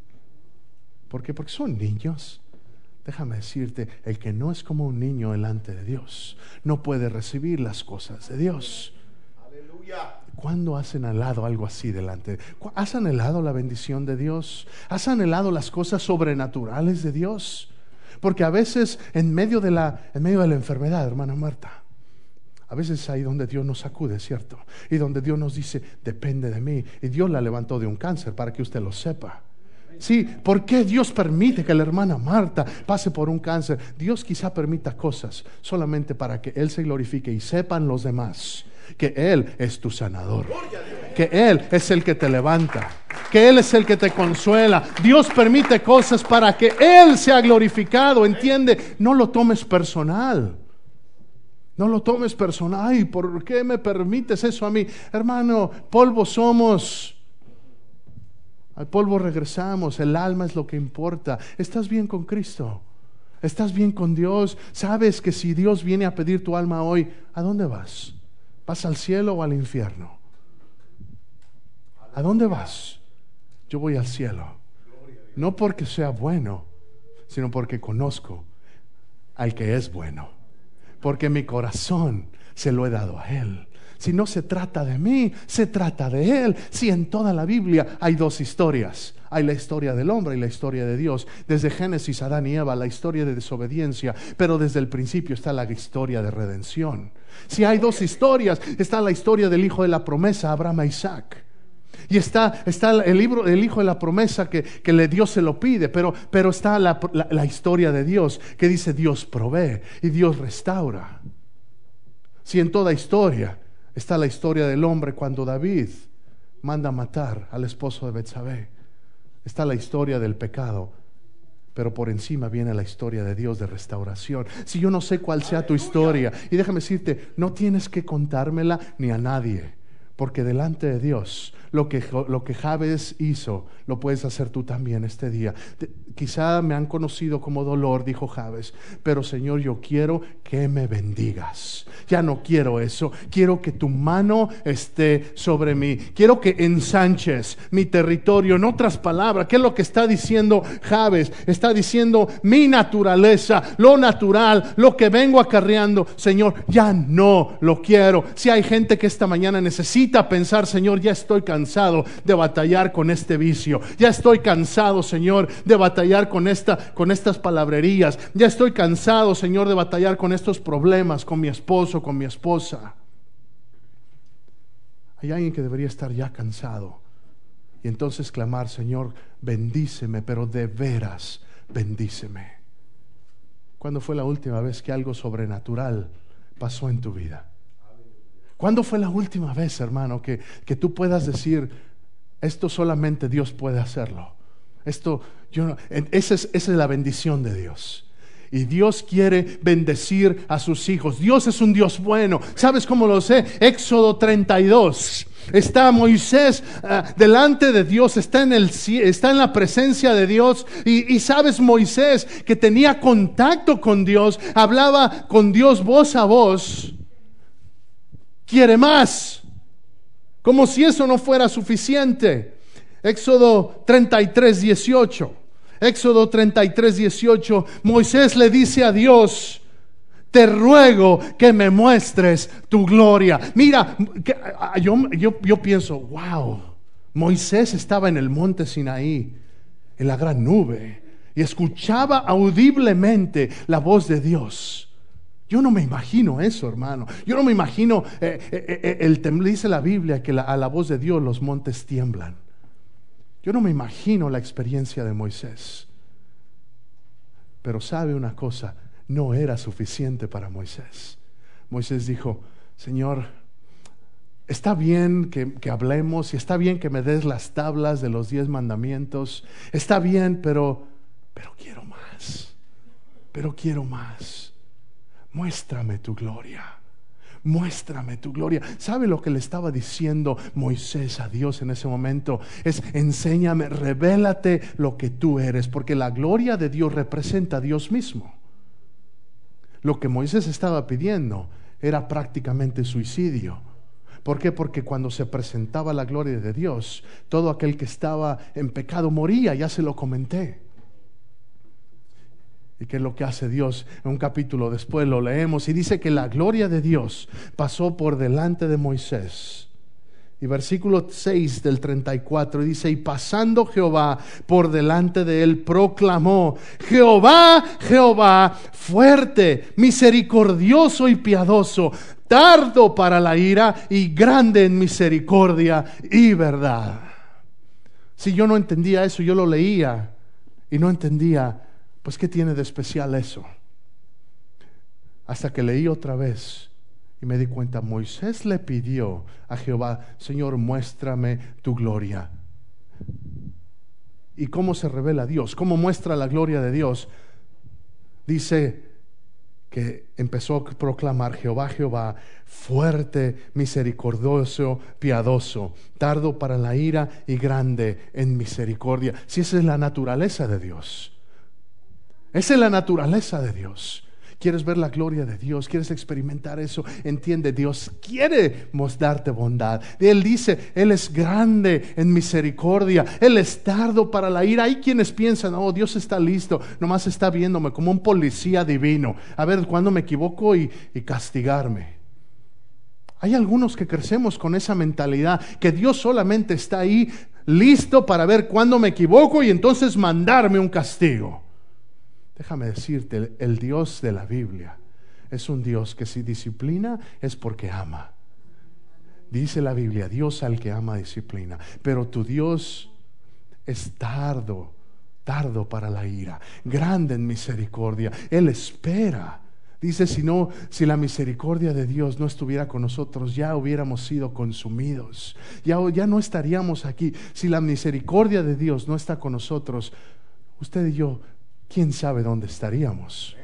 ¿Por qué? Porque son niños. Déjame decirte, el que no es como un niño delante de Dios, no puede recibir las cosas de Dios. Aleluya. ¿Cuándo has anhelado algo así delante? ¿Has anhelado la bendición de Dios? ¿Has anhelado las cosas sobrenaturales de Dios? Porque a veces en medio de la enfermedad, hermana Marta, a veces ahí donde Dios nos sacude, ¿cierto? Y donde Dios nos dice, depende de mí. Y Dios la levantó de un cáncer, para que usted lo sepa. Sí, ¿por qué Dios permite que la hermana Marta pase por un cáncer? Dios quizá permita cosas solamente para que Él se glorifique y sepan los demás que Él es tu sanador, que Él es el que te levanta, que Él es el que te consuela. Dios permite cosas para que Él sea glorificado, ¿entiende? No lo tomes personal. No lo tomes personal. Ay, ¿por qué me permites eso a mí? Hermano, polvo somos. Al polvo regresamos, el alma es lo que importa. ¿Estás bien con Cristo? ¿Estás bien con Dios? ¿Sabes que si Dios viene a pedir tu alma hoy, ¿a dónde vas? ¿Vas al cielo o al infierno? ¿A dónde vas? Yo voy al cielo. No porque sea bueno, sino porque conozco al que es bueno. Porque mi corazón se lo he dado a Él. Si no se trata de mí, se trata de Él. Si en toda la Biblia hay dos historias. Hay la historia del hombre y la historia de Dios. Desde Génesis, Adán y Eva, la historia de desobediencia. Pero desde el principio está la historia de redención. Si hay dos historias, está la historia del hijo de la promesa, Abraham e Isaac. Y está el libro del hijo de la promesa que Dios se lo pide. Pero está la historia de Dios, que dice Dios provee y Dios restaura. Si en toda historia está la historia del hombre cuando David manda matar al esposo de Betsabé. Está la historia del pecado, pero por encima viene la historia de Dios de restauración. Si yo no sé cuál sea tu historia, y déjame decirte, no tienes que contármela ni a nadie, porque delante de Dios lo que Jabes hizo, lo puedes hacer tú también este día. Quizá me han conocido como dolor, dijo Jabes, pero Señor, yo quiero que me bendigas. Ya no quiero eso, quiero que tu mano esté sobre mí. Quiero que ensanches mi territorio. En otras palabras, ¿qué es lo que está diciendo Jabes? Está diciendo mi naturaleza, lo natural, lo que vengo acarreando. Señor, ya no lo quiero. Si hay gente que esta mañana necesita pensar, Señor, ya estoy cansado de batallar con este vicio. Ya estoy cansado, Señor, de batallar con estas palabrerías. Ya estoy cansado, Señor, de batallar con estos problemas, con mi esposo, con mi esposa. Hay alguien que debería estar ya cansado y entonces clamar, Señor, bendíceme, pero de veras bendíceme. ¿Cuándo fue la última vez que algo sobrenatural pasó en tu vida? ¿Cuándo fue la última vez, hermano, que tú puedas decir, esto solamente Dios puede hacerlo? Esa es la bendición de Dios. Y Dios quiere bendecir a sus hijos. Dios es un Dios bueno. ¿Sabes cómo lo sé? Éxodo 32. Está Moisés delante de Dios, está en la presencia de Dios. Y sabes, Moisés, que tenía contacto con Dios, hablaba con Dios voz a voz. Quiere más, como si eso no fuera suficiente. Éxodo 33, 18. Éxodo 33:18, Moisés le dice a Dios: te ruego que me muestres tu gloria. Mira, yo pienso, wow, Moisés estaba en el monte Sinaí, en la gran nube, y escuchaba audiblemente la voz de Dios. Yo no me imagino eso, hermano. Yo no me imagino, dice la Biblia que a la voz de Dios los montes tiemblan. Yo no me imagino la experiencia de Moisés. Pero sabe una cosa, no era suficiente para Moisés. Moisés dijo: Señor, está bien que hablemos y está bien que me des las tablas de los 10 mandamientos. Está bien, pero quiero más. Pero quiero más. Muéstrame tu gloria. Muéstrame tu gloria. ¿Sabe lo que le estaba diciendo Moisés a Dios en ese momento? Es: enséñame, revélate lo que tú eres, porque la gloria de Dios representa a Dios mismo. Lo que Moisés estaba pidiendo era prácticamente suicidio. ¿Por qué? Porque cuando se presentaba la gloria de Dios, todo aquel que estaba en pecado moría. Ya se lo comenté. ¿Y qué es lo que hace Dios? En un capítulo después lo leemos y dice que la gloria de Dios pasó por delante de Moisés. Y versículo 6 del 34 dice: y pasando Jehová por delante de él, proclamó: Jehová, Jehová, fuerte, misericordioso y piadoso, tardo para la ira y grande en misericordia y verdad. Si yo no entendía eso, yo lo leía y no entendía, pues ¿qué tiene de especial eso? Hasta que leí otra vez y me di cuenta, Moisés le pidió a Jehová: Señor, muéstrame tu gloria. ¿Y cómo se revela Dios? ¿Cómo muestra la gloria de Dios? Dice que empezó a proclamar: Jehová, Jehová, fuerte, misericordioso, piadoso, tardo para la ira y grande en misericordia. Si esa es la naturaleza de Dios. Esa es la naturaleza de Dios. ¿Quieres ver la gloria de Dios? ¿Quieres experimentar eso? Entiende, Dios quiere mostrarte bondad. Él dice, Él es grande en misericordia, Él es tardo para la ira. Hay quienes piensan: oh, Dios está listo, nomás está viéndome como un policía divino, a ver cuándo me equivoco y castigarme. Hay algunos que crecemos con esa mentalidad, que Dios solamente está ahí listo para ver cuándo me equivoco y entonces mandarme un castigo. Déjame decirte, el Dios de la Biblia es un Dios que si disciplina es porque ama. Dice la Biblia: Dios al que ama disciplina. Pero tu Dios es tardo para la ira, grande en misericordia. Él espera. Dice, si la misericordia de Dios no estuviera con nosotros, ya hubiéramos sido consumidos. Ya no estaríamos aquí. Si la misericordia de Dios no está con nosotros, usted y yo, ¿quién sabe dónde estaríamos?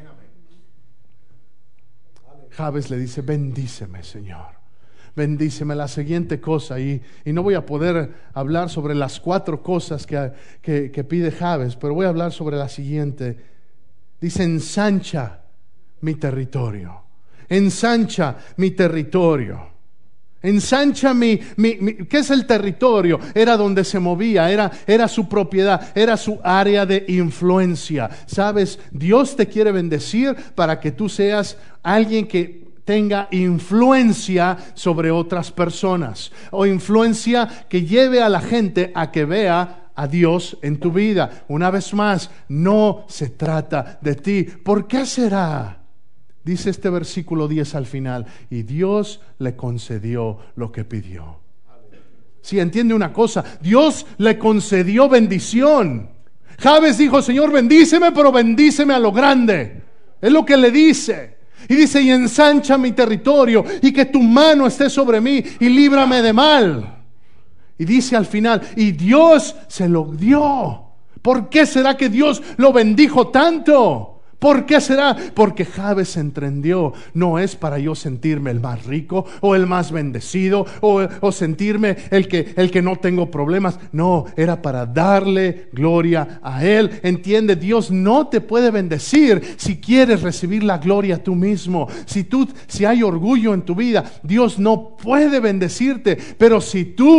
Jabes le dice: bendíceme, Señor, bendíceme. La siguiente cosa, y no voy a poder hablar sobre las 4 cosas que pide Jabes, pero voy a hablar sobre la siguiente. Dice: ensancha mi territorio, ensancha mi territorio. Ensancha ¿qué es el territorio? Era donde se movía, era su propiedad, era su área de influencia. ¿Sabes? Dios te quiere bendecir para que tú seas alguien que tenga influencia sobre otras personas, o influencia que lleve a la gente a que vea a Dios en tu vida. Una vez más, no se trata de ti. ¿Por qué será? Dice este versículo 10 al final: y Dios le concedió lo que pidió. Si entiende una cosa, Dios le concedió bendición. Jabes dijo: Señor, bendíceme, pero bendíceme a lo grande. Es lo que le dice. Y dice: y ensancha mi territorio, y que tu mano esté sobre mí, y líbrame de mal. Y dice al final: y Dios se lo dio. ¿Por qué será que Dios lo bendijo tanto? ¿Por qué será? Porque Jabes entendió: no es para yo sentirme el más rico o el más bendecido o sentirme el que no tengo problemas. No, era para darle gloria a Él. Entiende, Dios no te puede bendecir si quieres recibir la gloria tú mismo. Si hay orgullo en tu vida, Dios no puede bendecirte. Pero si tú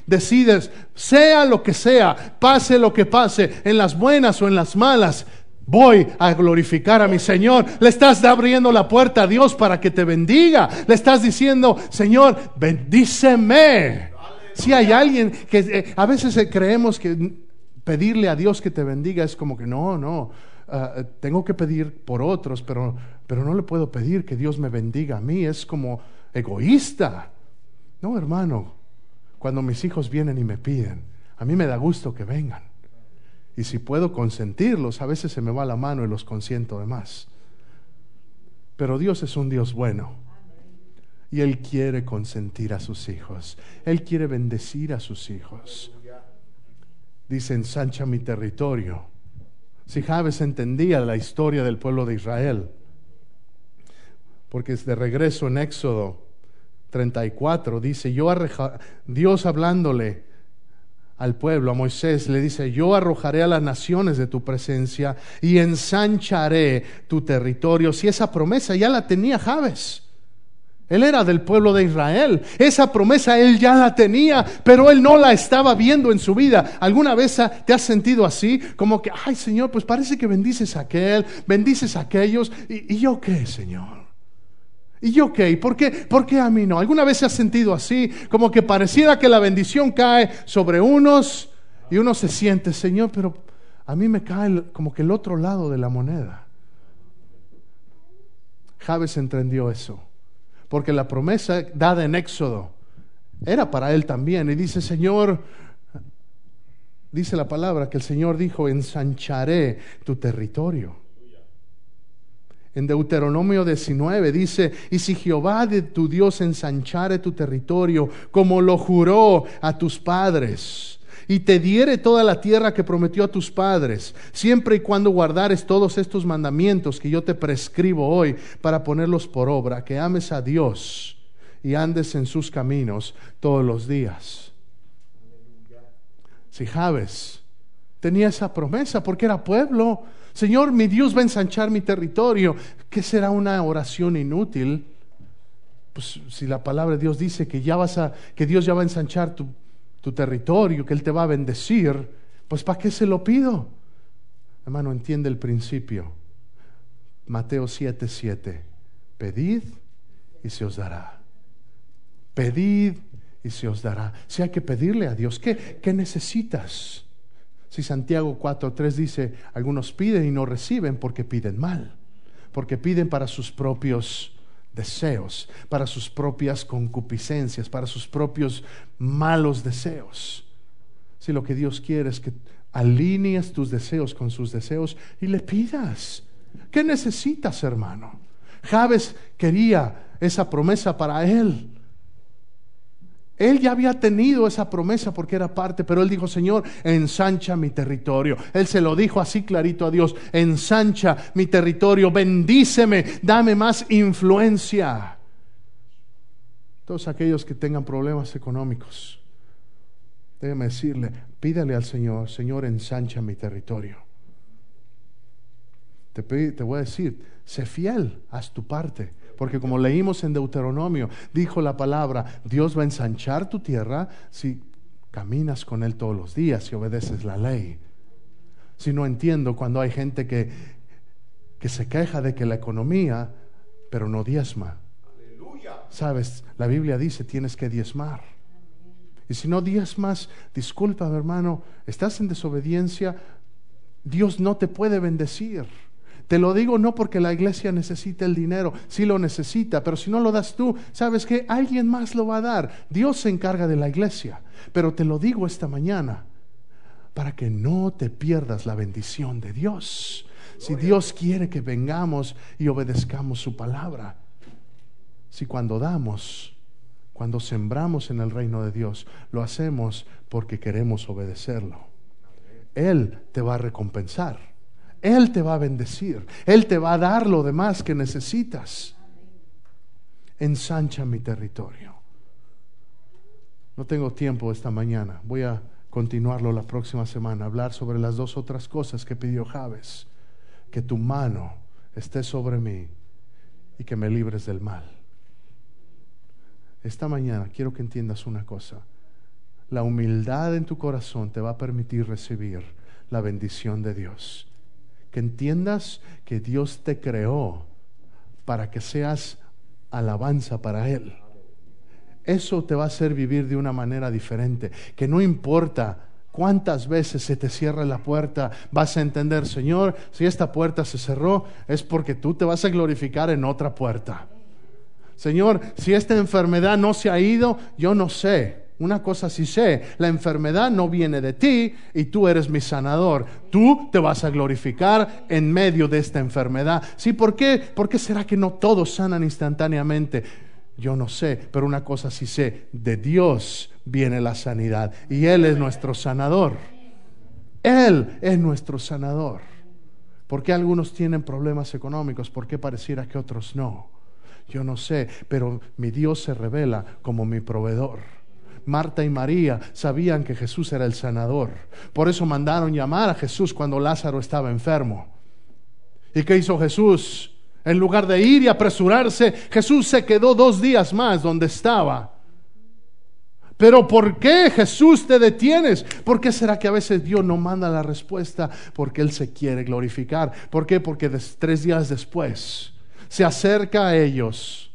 decides, sea lo que sea, pase lo que pase, en las buenas o en las malas, voy a glorificar a mi Señor. Le estás abriendo la puerta a Dios para que te bendiga. Le estás diciendo, Señor, bendíceme. Si hay alguien que a veces creemos que pedirle a Dios que te bendiga es como que no, tengo que pedir por otros, pero no le puedo pedir que Dios me bendiga a mí. Es como egoísta. No, hermano, cuando mis hijos vienen y me piden, a mí me da gusto que vengan. Y si puedo consentirlos, a veces se me va la mano y los consiento de más. Pero Dios es un Dios bueno. Y Él quiere consentir a sus hijos. Él quiere bendecir a sus hijos. Dice, ensancha mi territorio. Si Jabes entendía la historia del pueblo de Israel, porque es de regreso en Éxodo 34, dice, Dios hablándole al pueblo, a Moisés, le dice, yo arrojaré a las naciones de tu presencia y ensancharé tu territorio. Si esa promesa ya la tenía Jabes. Él era del pueblo de Israel. Esa promesa él ya la tenía, pero él no la estaba viendo en su vida. ¿Alguna vez te has sentido así? Como que, ay Señor, pues parece que bendices a aquel, bendices a aquellos. ¿Y yo qué, Señor? ¿Y yo qué? ¿Por qué a mí no? ¿Alguna vez se ha sentido así? Como que pareciera que la bendición cae sobre unos y uno se siente, Señor, pero a mí me cae como que el otro lado de la moneda. Jabes entendió eso. Porque la promesa dada en Éxodo era para él también. Y dice, Señor, dice la palabra que el Señor dijo, ensancharé tu territorio. En Deuteronomio 19 dice, y si Jehová de tu Dios ensanchare tu territorio, como lo juró a tus padres, y te diere toda la tierra que prometió a tus padres, siempre y cuando guardares todos estos mandamientos que yo te prescribo hoy para ponerlos por obra, que ames a Dios y andes en sus caminos todos los días. Si Jabes tenía esa promesa porque era pueblo, Señor, mi Dios va a ensanchar mi territorio. ¿Qué será una oración inútil? Pues si la palabra de Dios dice que que Dios ya va a ensanchar tu territorio, que Él te va a bendecir, pues ¿para qué se lo pido? Hermano, entiende el principio. Mateo 7:7. Pedid y se os dará. Pedid y se os dará. Si hay que pedirle a Dios, ¿qué necesitas? Si Santiago 4:3 dice, algunos piden y no reciben porque piden mal, porque piden para sus propios deseos, para sus propias concupiscencias, para sus propios malos deseos. Si lo que Dios quiere es que alinees tus deseos con sus deseos y le pidas. ¿Qué necesitas, hermano? Jabes quería esa promesa para él. Él ya había tenido esa promesa porque era parte, pero él dijo, Señor, ensancha mi territorio. Él se lo dijo así clarito a Dios, ensancha mi territorio, bendíceme, dame más influencia. Todos aquellos que tengan problemas económicos, déjeme decirle, pídale al Señor, Señor, ensancha mi territorio. Te voy a decir, sé fiel, haz tu parte. Porque como leímos en Deuteronomio, dijo la palabra, Dios va a ensanchar tu tierra si caminas con Él todos los días, si obedeces la ley. Si no entiendo cuando hay gente que se queja de que la economía, pero no diezma. Aleluya. Sabes, la Biblia dice tienes que diezmar. Y si no diezmas, disculpa, hermano, estás en desobediencia, Dios no te puede bendecir. Te lo digo no porque la iglesia necesita el dinero, sí lo necesita, pero si no lo das tú, ¿sabes qué? Alguien más lo va a dar. Dios se encarga de la iglesia, pero te lo digo esta mañana para que no te pierdas la bendición de Dios. Si Dios quiere que vengamos y obedezcamos su palabra, si cuando damos, cuando sembramos en el reino de Dios, lo hacemos porque queremos obedecerlo, Él te va a recompensar. Él te va a bendecir. Él te va a dar lo demás que necesitas. Ensancha mi territorio. No tengo tiempo esta mañana. Voy a continuarlo la próxima semana. Hablar sobre las dos otras cosas que pidió Jabes. Que tu mano esté sobre mí y que me libres del mal. Esta mañana quiero que entiendas una cosa. la humildad en tu corazón te va a permitir recibir la bendición de Dios. Que entiendas que Dios te creó para que seas alabanza para Él. Eso te va a hacer vivir de una manera diferente. Que no importa cuántas veces se te cierre la puerta, vas a entender, Señor, si esta puerta se cerró, es porque tú te vas a glorificar en otra puerta. Señor, si esta enfermedad no se ha ido, yo no sé. Una cosa sí sé, la enfermedad no viene de ti y tú eres mi sanador. Tú te vas a glorificar en medio de esta enfermedad. Sí, ¿por qué? ¿Por qué será que no todos sanan instantáneamente? Yo no sé, pero una cosa sí sé, de Dios viene la sanidad y Él es nuestro sanador. Él es nuestro sanador. ¿Por qué algunos tienen problemas económicos? ¿Por qué pareciera que otros no? Yo no sé, pero mi Dios se revela como mi proveedor. Marta y María sabían que Jesús era el sanador. Por eso mandaron llamar a Jesús cuando Lázaro estaba enfermo. ¿Y qué hizo Jesús? En lugar de ir y apresurarse, Jesús se quedó 2 días más donde estaba. Pero ¿por qué, Jesús, te detienes? ¿Por qué será que a veces Dios no manda la respuesta? Porque Él se quiere glorificar. ¿Por qué? Porque 3 días después se acerca a ellos.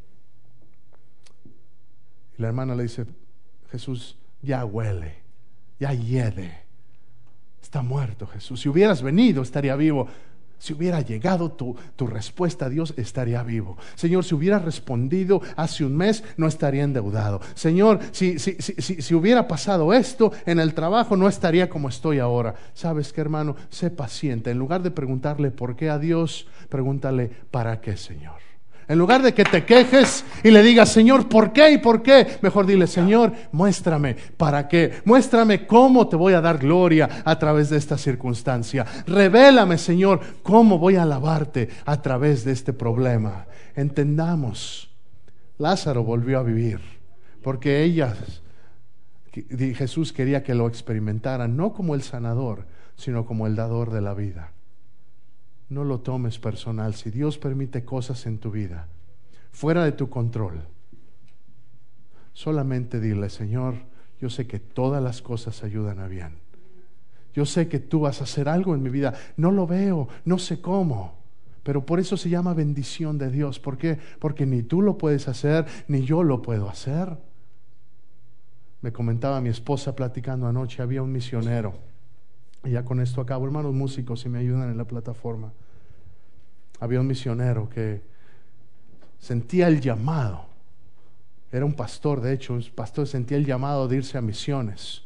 Y la hermana le dice, Jesús, ya huele, ya hiede. Está muerto Jesús. Si hubieras venido, estaría vivo. Si hubiera llegado tu respuesta a Dios, estaría vivo. Señor, si hubiera respondido hace un mes, no estaría endeudado. Señor, si hubiera pasado esto en el trabajo, no estaría como estoy ahora. ¿Sabes qué, hermano? Sé paciente. En lugar de preguntarle por qué a Dios, pregúntale ¿para qué, Señor? En lugar de que te quejes y le digas, Señor, ¿por qué y por qué? Mejor dile, Señor, muéstrame para qué. Muéstrame cómo te voy a dar gloria a través de esta circunstancia. Revélame, Señor, cómo voy a alabarte a través de este problema. Entendamos, Lázaro volvió a vivir porque Jesús quería que lo experimentaran, no como el sanador, sino como el dador de la vida. No lo tomes personal. Si Dios permite cosas en tu vida fuera de tu control, solamente dile, Señor, yo sé que todas las cosas ayudan a bien. Yo sé que tú vas a hacer algo en mi vida. No lo veo, no sé cómo, pero por eso se llama bendición de Dios. ¿Por qué? Porque ni tú lo puedes hacer, ni yo lo puedo hacer. Me comentaba mi esposa platicando anoche, había un misionero. Y ya con esto acabo, hermanos músicos, si me ayudan en la plataforma. Había un misionero que sentía el llamado. Era un pastor, de hecho, un pastor sentía el llamado de irse a misiones.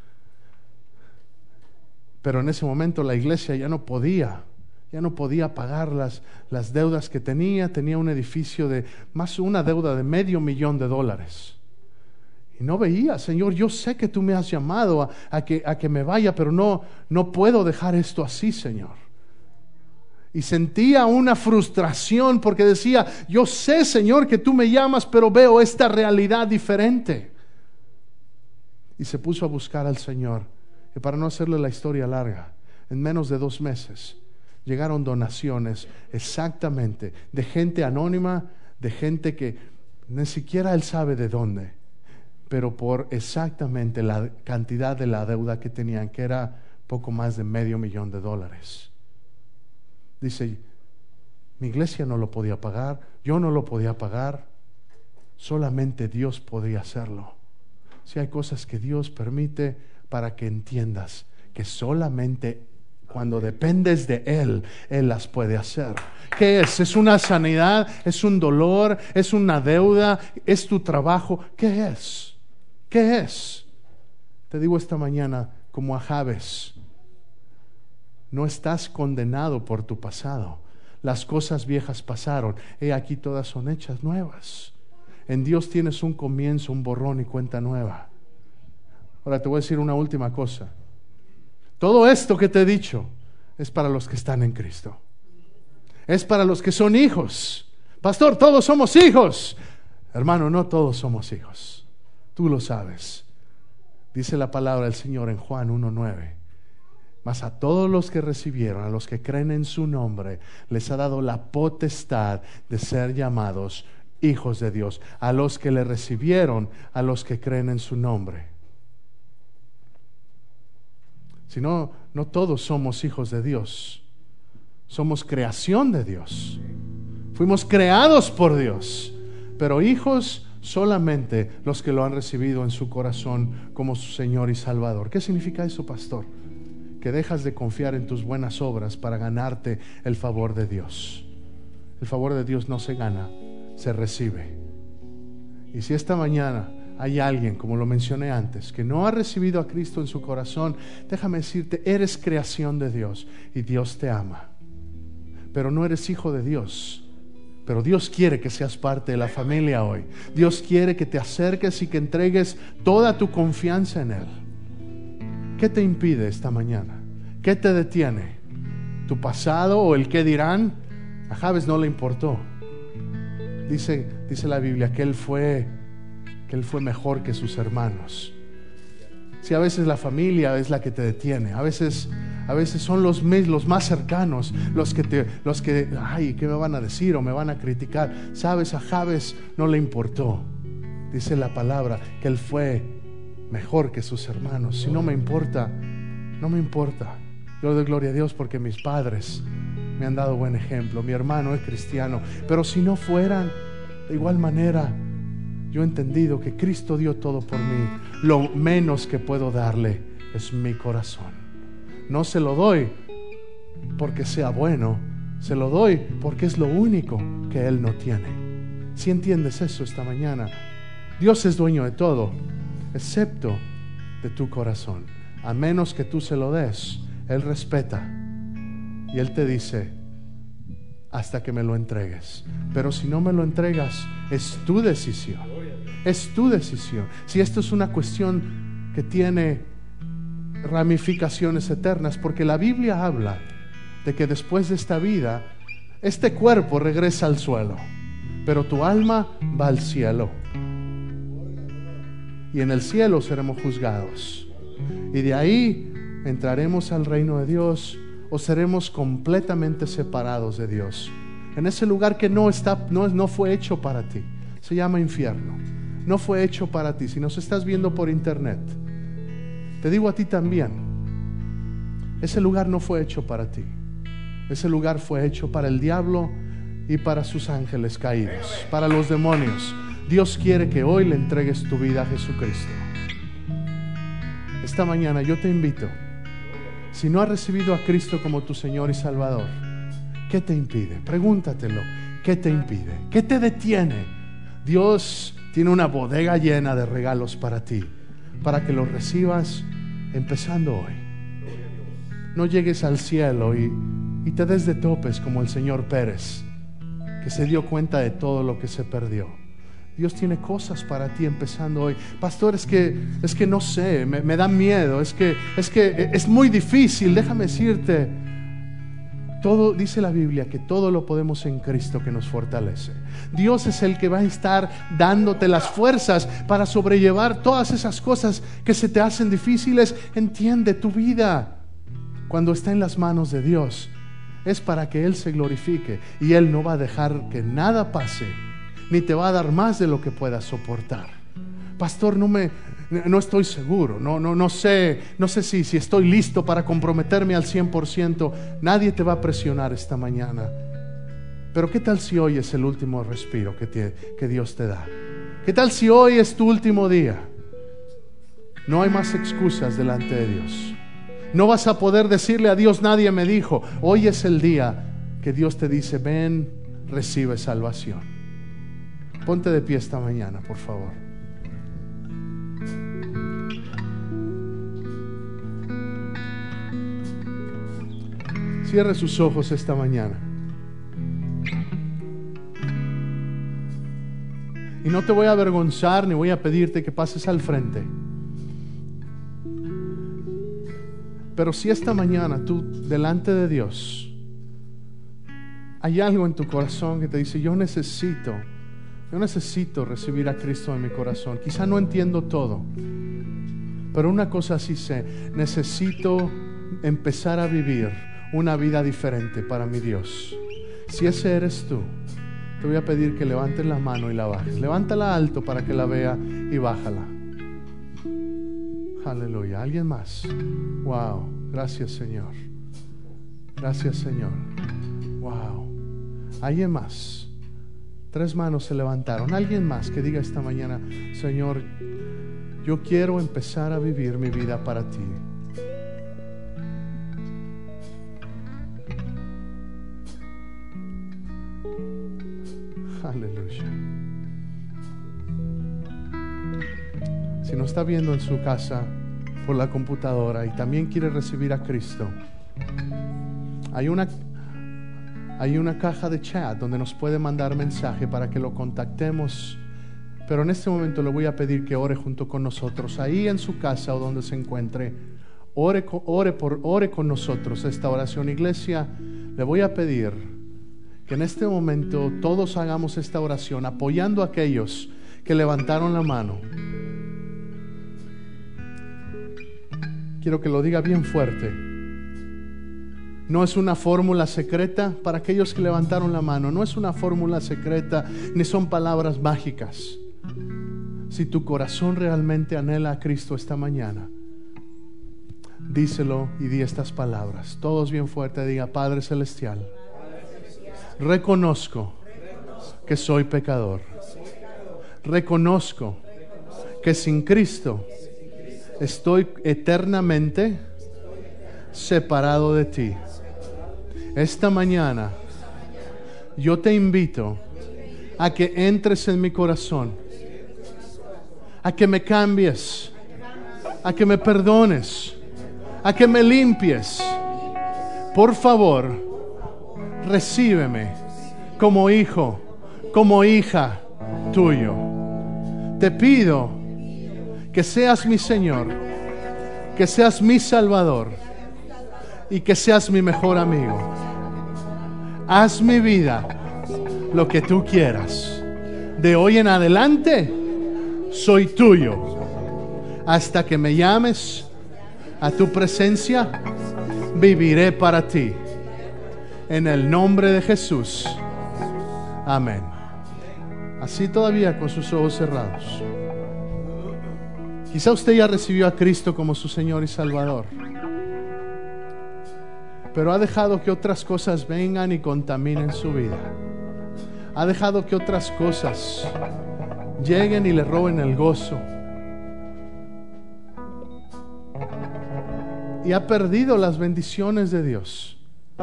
Pero en ese momento la iglesia ya no podía pagar las deudas que tenía. Tenía un edificio una deuda de $500,000. Y no veía, Señor, yo sé que tú me has llamado a que me vaya, pero no puedo dejar esto así, Señor. Y sentía una frustración porque decía, yo sé, Señor, que tú me llamas, pero veo esta realidad diferente. Y se puso a buscar al Señor. Y para no hacerle la historia larga, en menos de 2 meses llegaron donaciones exactamente de gente anónima, de gente que ni siquiera él sabe de dónde, pero por exactamente la cantidad de la deuda que tenían, que era poco más de $500,000. Dice, mi iglesia no lo podía pagar, yo no lo podía pagar, solamente Dios podía hacerlo. Si hay cosas que Dios permite para que entiendas que solamente cuando dependes de Él, Él las puede hacer. ¿Qué es? ¿Es una sanidad? ¿Es un dolor? ¿Es una deuda? ¿Es tu trabajo? ¿Qué es? ¿Qué es? Te digo esta mañana, como a Jabes, no estás condenado por tu pasado. Las cosas viejas pasaron. He aquí todas son hechas nuevas. En Dios tienes un comienzo, un borrón y cuenta nueva. Ahora te voy a decir una última cosa. Todo esto que te he dicho es para los que están en Cristo. Es para los que son hijos. Pastor, todos somos hijos. Hermano, no todos somos hijos. Tú lo sabes. Dice la palabra del Señor en Juan 1:9. Mas a todos los que recibieron, a los que creen en su nombre, les ha dado la potestad de ser llamados hijos de Dios. A los que le recibieron, a los que creen en su nombre. Si no, no todos somos hijos de Dios. Somos creación de Dios. Fuimos creados por Dios, pero hijos solamente los que lo han recibido en su corazón como su Señor y Salvador. ¿Qué significa eso, pastor? Que dejas de confiar en tus buenas obras para ganarte el favor de Dios. El favor de Dios no se gana, se recibe. Y si esta mañana hay alguien, como lo mencioné antes, que no ha recibido a Cristo en su corazón, déjame decirte, eres creación de Dios y Dios te ama. Pero no eres hijo de Dios. Pero Dios quiere que seas parte de la familia hoy. Dios quiere que te acerques y que entregues toda tu confianza en Él. ¿Qué te impide esta mañana? ¿Qué te detiene? ¿Tu pasado o el qué dirán? A Jabes no le importó. Dice la Biblia que él fue mejor que sus hermanos. Si a veces la familia es la que te detiene, a veces son los más cercanos los que ay, ¿qué me van a decir o me van a criticar? Sabes, a Jabes no le importó. Dice la palabra que él fue mejor que sus hermanos. Si no me importa, no me importa. Yo doy gloria a Dios porque mis padres me han dado buen ejemplo. Mi hermano es cristiano, pero si no fueran, de igual manera, yo he entendido que Cristo dio todo por mí. Lo menos que puedo darle es mi corazón. No se lo doy porque sea bueno, se lo doy porque es lo único que Él no tiene. Si entiendes eso esta mañana, Dios es dueño de todo, excepto de tu corazón. A menos que tú se lo des, Él respeta y Él te dice: hasta que me lo entregues. Pero si no me lo entregas, es tu decisión. Es tu decisión. Si esto es una cuestión que tiene ramificaciones eternas, porque la Biblia habla de que después de esta vida, este cuerpo regresa al suelo, pero tu alma va al cielo. Y en el cielo seremos juzgados. Y de ahí entraremos al reino de Dios, o seremos completamente separados de Dios, en ese lugar que no fue hecho para ti. Se llama infierno. No fue hecho para ti. Si nos estás viendo por internet, te digo a ti también, ese lugar no fue hecho para ti. Ese lugar fue hecho para el diablo y para sus ángeles caídos, para los demonios. Dios quiere que hoy le entregues tu vida a Jesucristo. Esta mañana yo te invito. Si no has recibido a Cristo como tu Señor y Salvador, ¿qué te impide? Pregúntatelo. ¿Qué te impide? ¿Qué te detiene? Dios tiene una bodega llena de regalos para ti, para que los recibas empezando hoy. No llegues al cielo y te des de topes como el señor Pérez, que se dio cuenta de todo lo que se perdió. Dios tiene cosas para ti empezando hoy. Pastor, es que no sé, me da miedo, es que es muy difícil. Déjame decirte, todo, dice la Biblia, que todo lo podemos en Cristo que nos fortalece. Dios es el que va a estar dándote las fuerzas para sobrellevar todas esas cosas que se te hacen difíciles. Entiende, tu vida, cuando está en las manos de Dios, es para que Él se glorifique, y Él no va a dejar que nada pase, ni te va a dar más de lo que puedas soportar. Pastor, no estoy seguro, no sé si estoy listo para comprometerme al 100%. Nadie te va a presionar esta mañana. Pero ¿qué tal si hoy es el último respiro que Dios te da? ¿Qué tal si hoy es tu último día? No hay más excusas delante de Dios. No vas a poder decirle a Dios: nadie me dijo. Hoy es el día que Dios te dice: ven, recibe salvación. Ponte de pie esta mañana, por favor. Cierre sus ojos esta mañana. Y no te voy a avergonzar ni voy a pedirte que pases al frente. Pero si esta mañana tú, delante de Dios, hay algo en tu corazón que te dice: yo necesito recibir a Cristo en mi corazón. Quizá no entiendo todo, pero una cosa sí sé: necesito empezar a vivir una vida diferente para mi Dios. Si ese eres tú, te voy a pedir que levantes la mano y la bajes. Levántala alto para que la vea y bájala. Aleluya. ¿Alguien más? Wow. Gracias, Señor. Gracias, Señor. Wow. ¿Alguien más? 3 manos se levantaron. ¿Alguien más que diga esta mañana: Señor, yo quiero empezar a vivir mi vida para ti? Aleluya. Si no está viendo en su casa por la computadora y también quiere recibir a Cristo, hay una caja de chat donde nos puede mandar mensaje para que lo contactemos. Pero en este momento le voy a pedir que ore junto con nosotros, ahí en su casa o donde se encuentre. Ore con nosotros esta oración. Iglesia, le voy a pedir que en este momento todos hagamos esta oración apoyando a aquellos que levantaron la mano. Quiero que lo diga bien fuerte. No es una fórmula secreta para aquellos que levantaron la mano. No es una fórmula secreta, ni son palabras mágicas. Si tu corazón realmente anhela a Cristo esta mañana, díselo y di estas palabras. Todos bien fuerte, diga: Padre Celestial, reconozco que soy pecador. Reconozco que sin Cristo estoy eternamente separado de ti. Esta mañana yo te invito a que entres en mi corazón, a que me cambies, a que me perdones, a que me limpies. Por favor, recíbeme como hijo, como hija tuyo. Te pido que seas mi Señor, que seas mi Salvador y que seas mi mejor amigo. Haz mi vida lo que tú quieras. De hoy en adelante soy tuyo. Hasta que me llames a tu presencia, viviré para ti. En el nombre de Jesús. Amén. Así todavía con sus ojos cerrados. Quizá usted ya recibió a Cristo como su Señor y Salvador, pero ha dejado que otras cosas vengan y contaminen su vida. Ha dejado que otras cosas lleguen y le roben el gozo. Y ha perdido las bendiciones de Dios.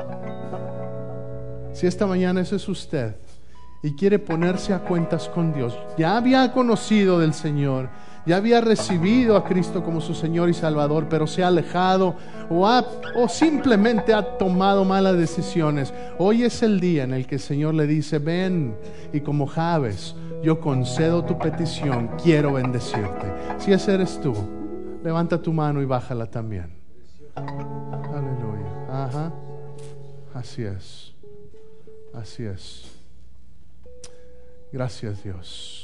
Si esta mañana ese es usted y quiere ponerse a cuentas con Dios, ya había conocido del Señor, ya había recibido a Cristo como su Señor y Salvador, pero se ha alejado o simplemente ha tomado malas decisiones. Hoy es el día en el que el Señor le dice: ven, y como Jabes, yo concedo tu petición, quiero bendecirte. Si ese eres tú, levanta tu mano y bájala también. Aleluya. Ajá. Así es. Así es. Gracias, Dios.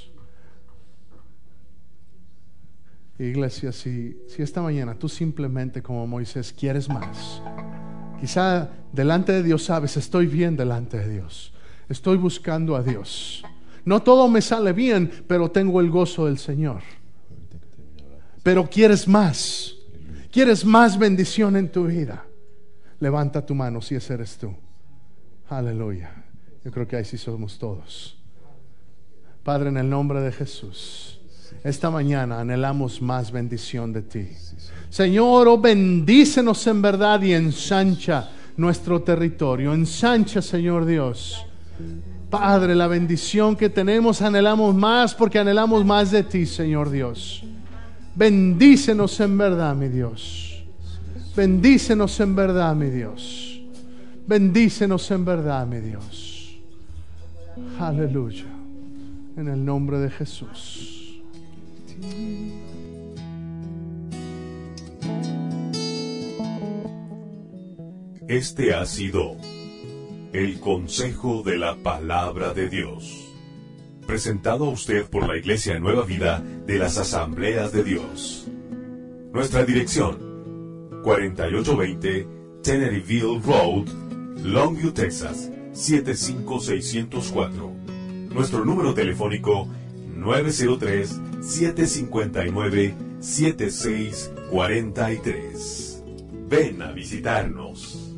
Iglesia, si esta mañana tú simplemente como Moisés quieres más, quizá delante de Dios sabes: estoy bien delante de Dios, estoy buscando a Dios, no todo me sale bien, pero tengo el gozo del Señor. Pero quieres más bendición en tu vida. Levanta tu mano si ese eres tú. Aleluya. Yo creo que ahí sí somos todos. Padre, en el nombre de Jesús, esta mañana anhelamos más bendición de ti. Señor, oh, bendícenos en verdad y ensancha nuestro territorio. Ensancha, Señor Dios. Padre, la bendición que tenemos anhelamos más, porque anhelamos más de ti, Señor Dios. Bendícenos en verdad, mi Dios. Bendícenos en verdad, mi Dios. Bendícenos en verdad, mi Dios. Aleluya. En el nombre de Jesús. Este ha sido el consejo de la palabra de Dios, presentado a usted por la Iglesia Nueva Vida de las Asambleas de Dios. Nuestra dirección: 4820 Teneryville Road, Longview, Texas 75604. Nuestro número telefónico: 903-759-7644. 43. Ven a visitarnos.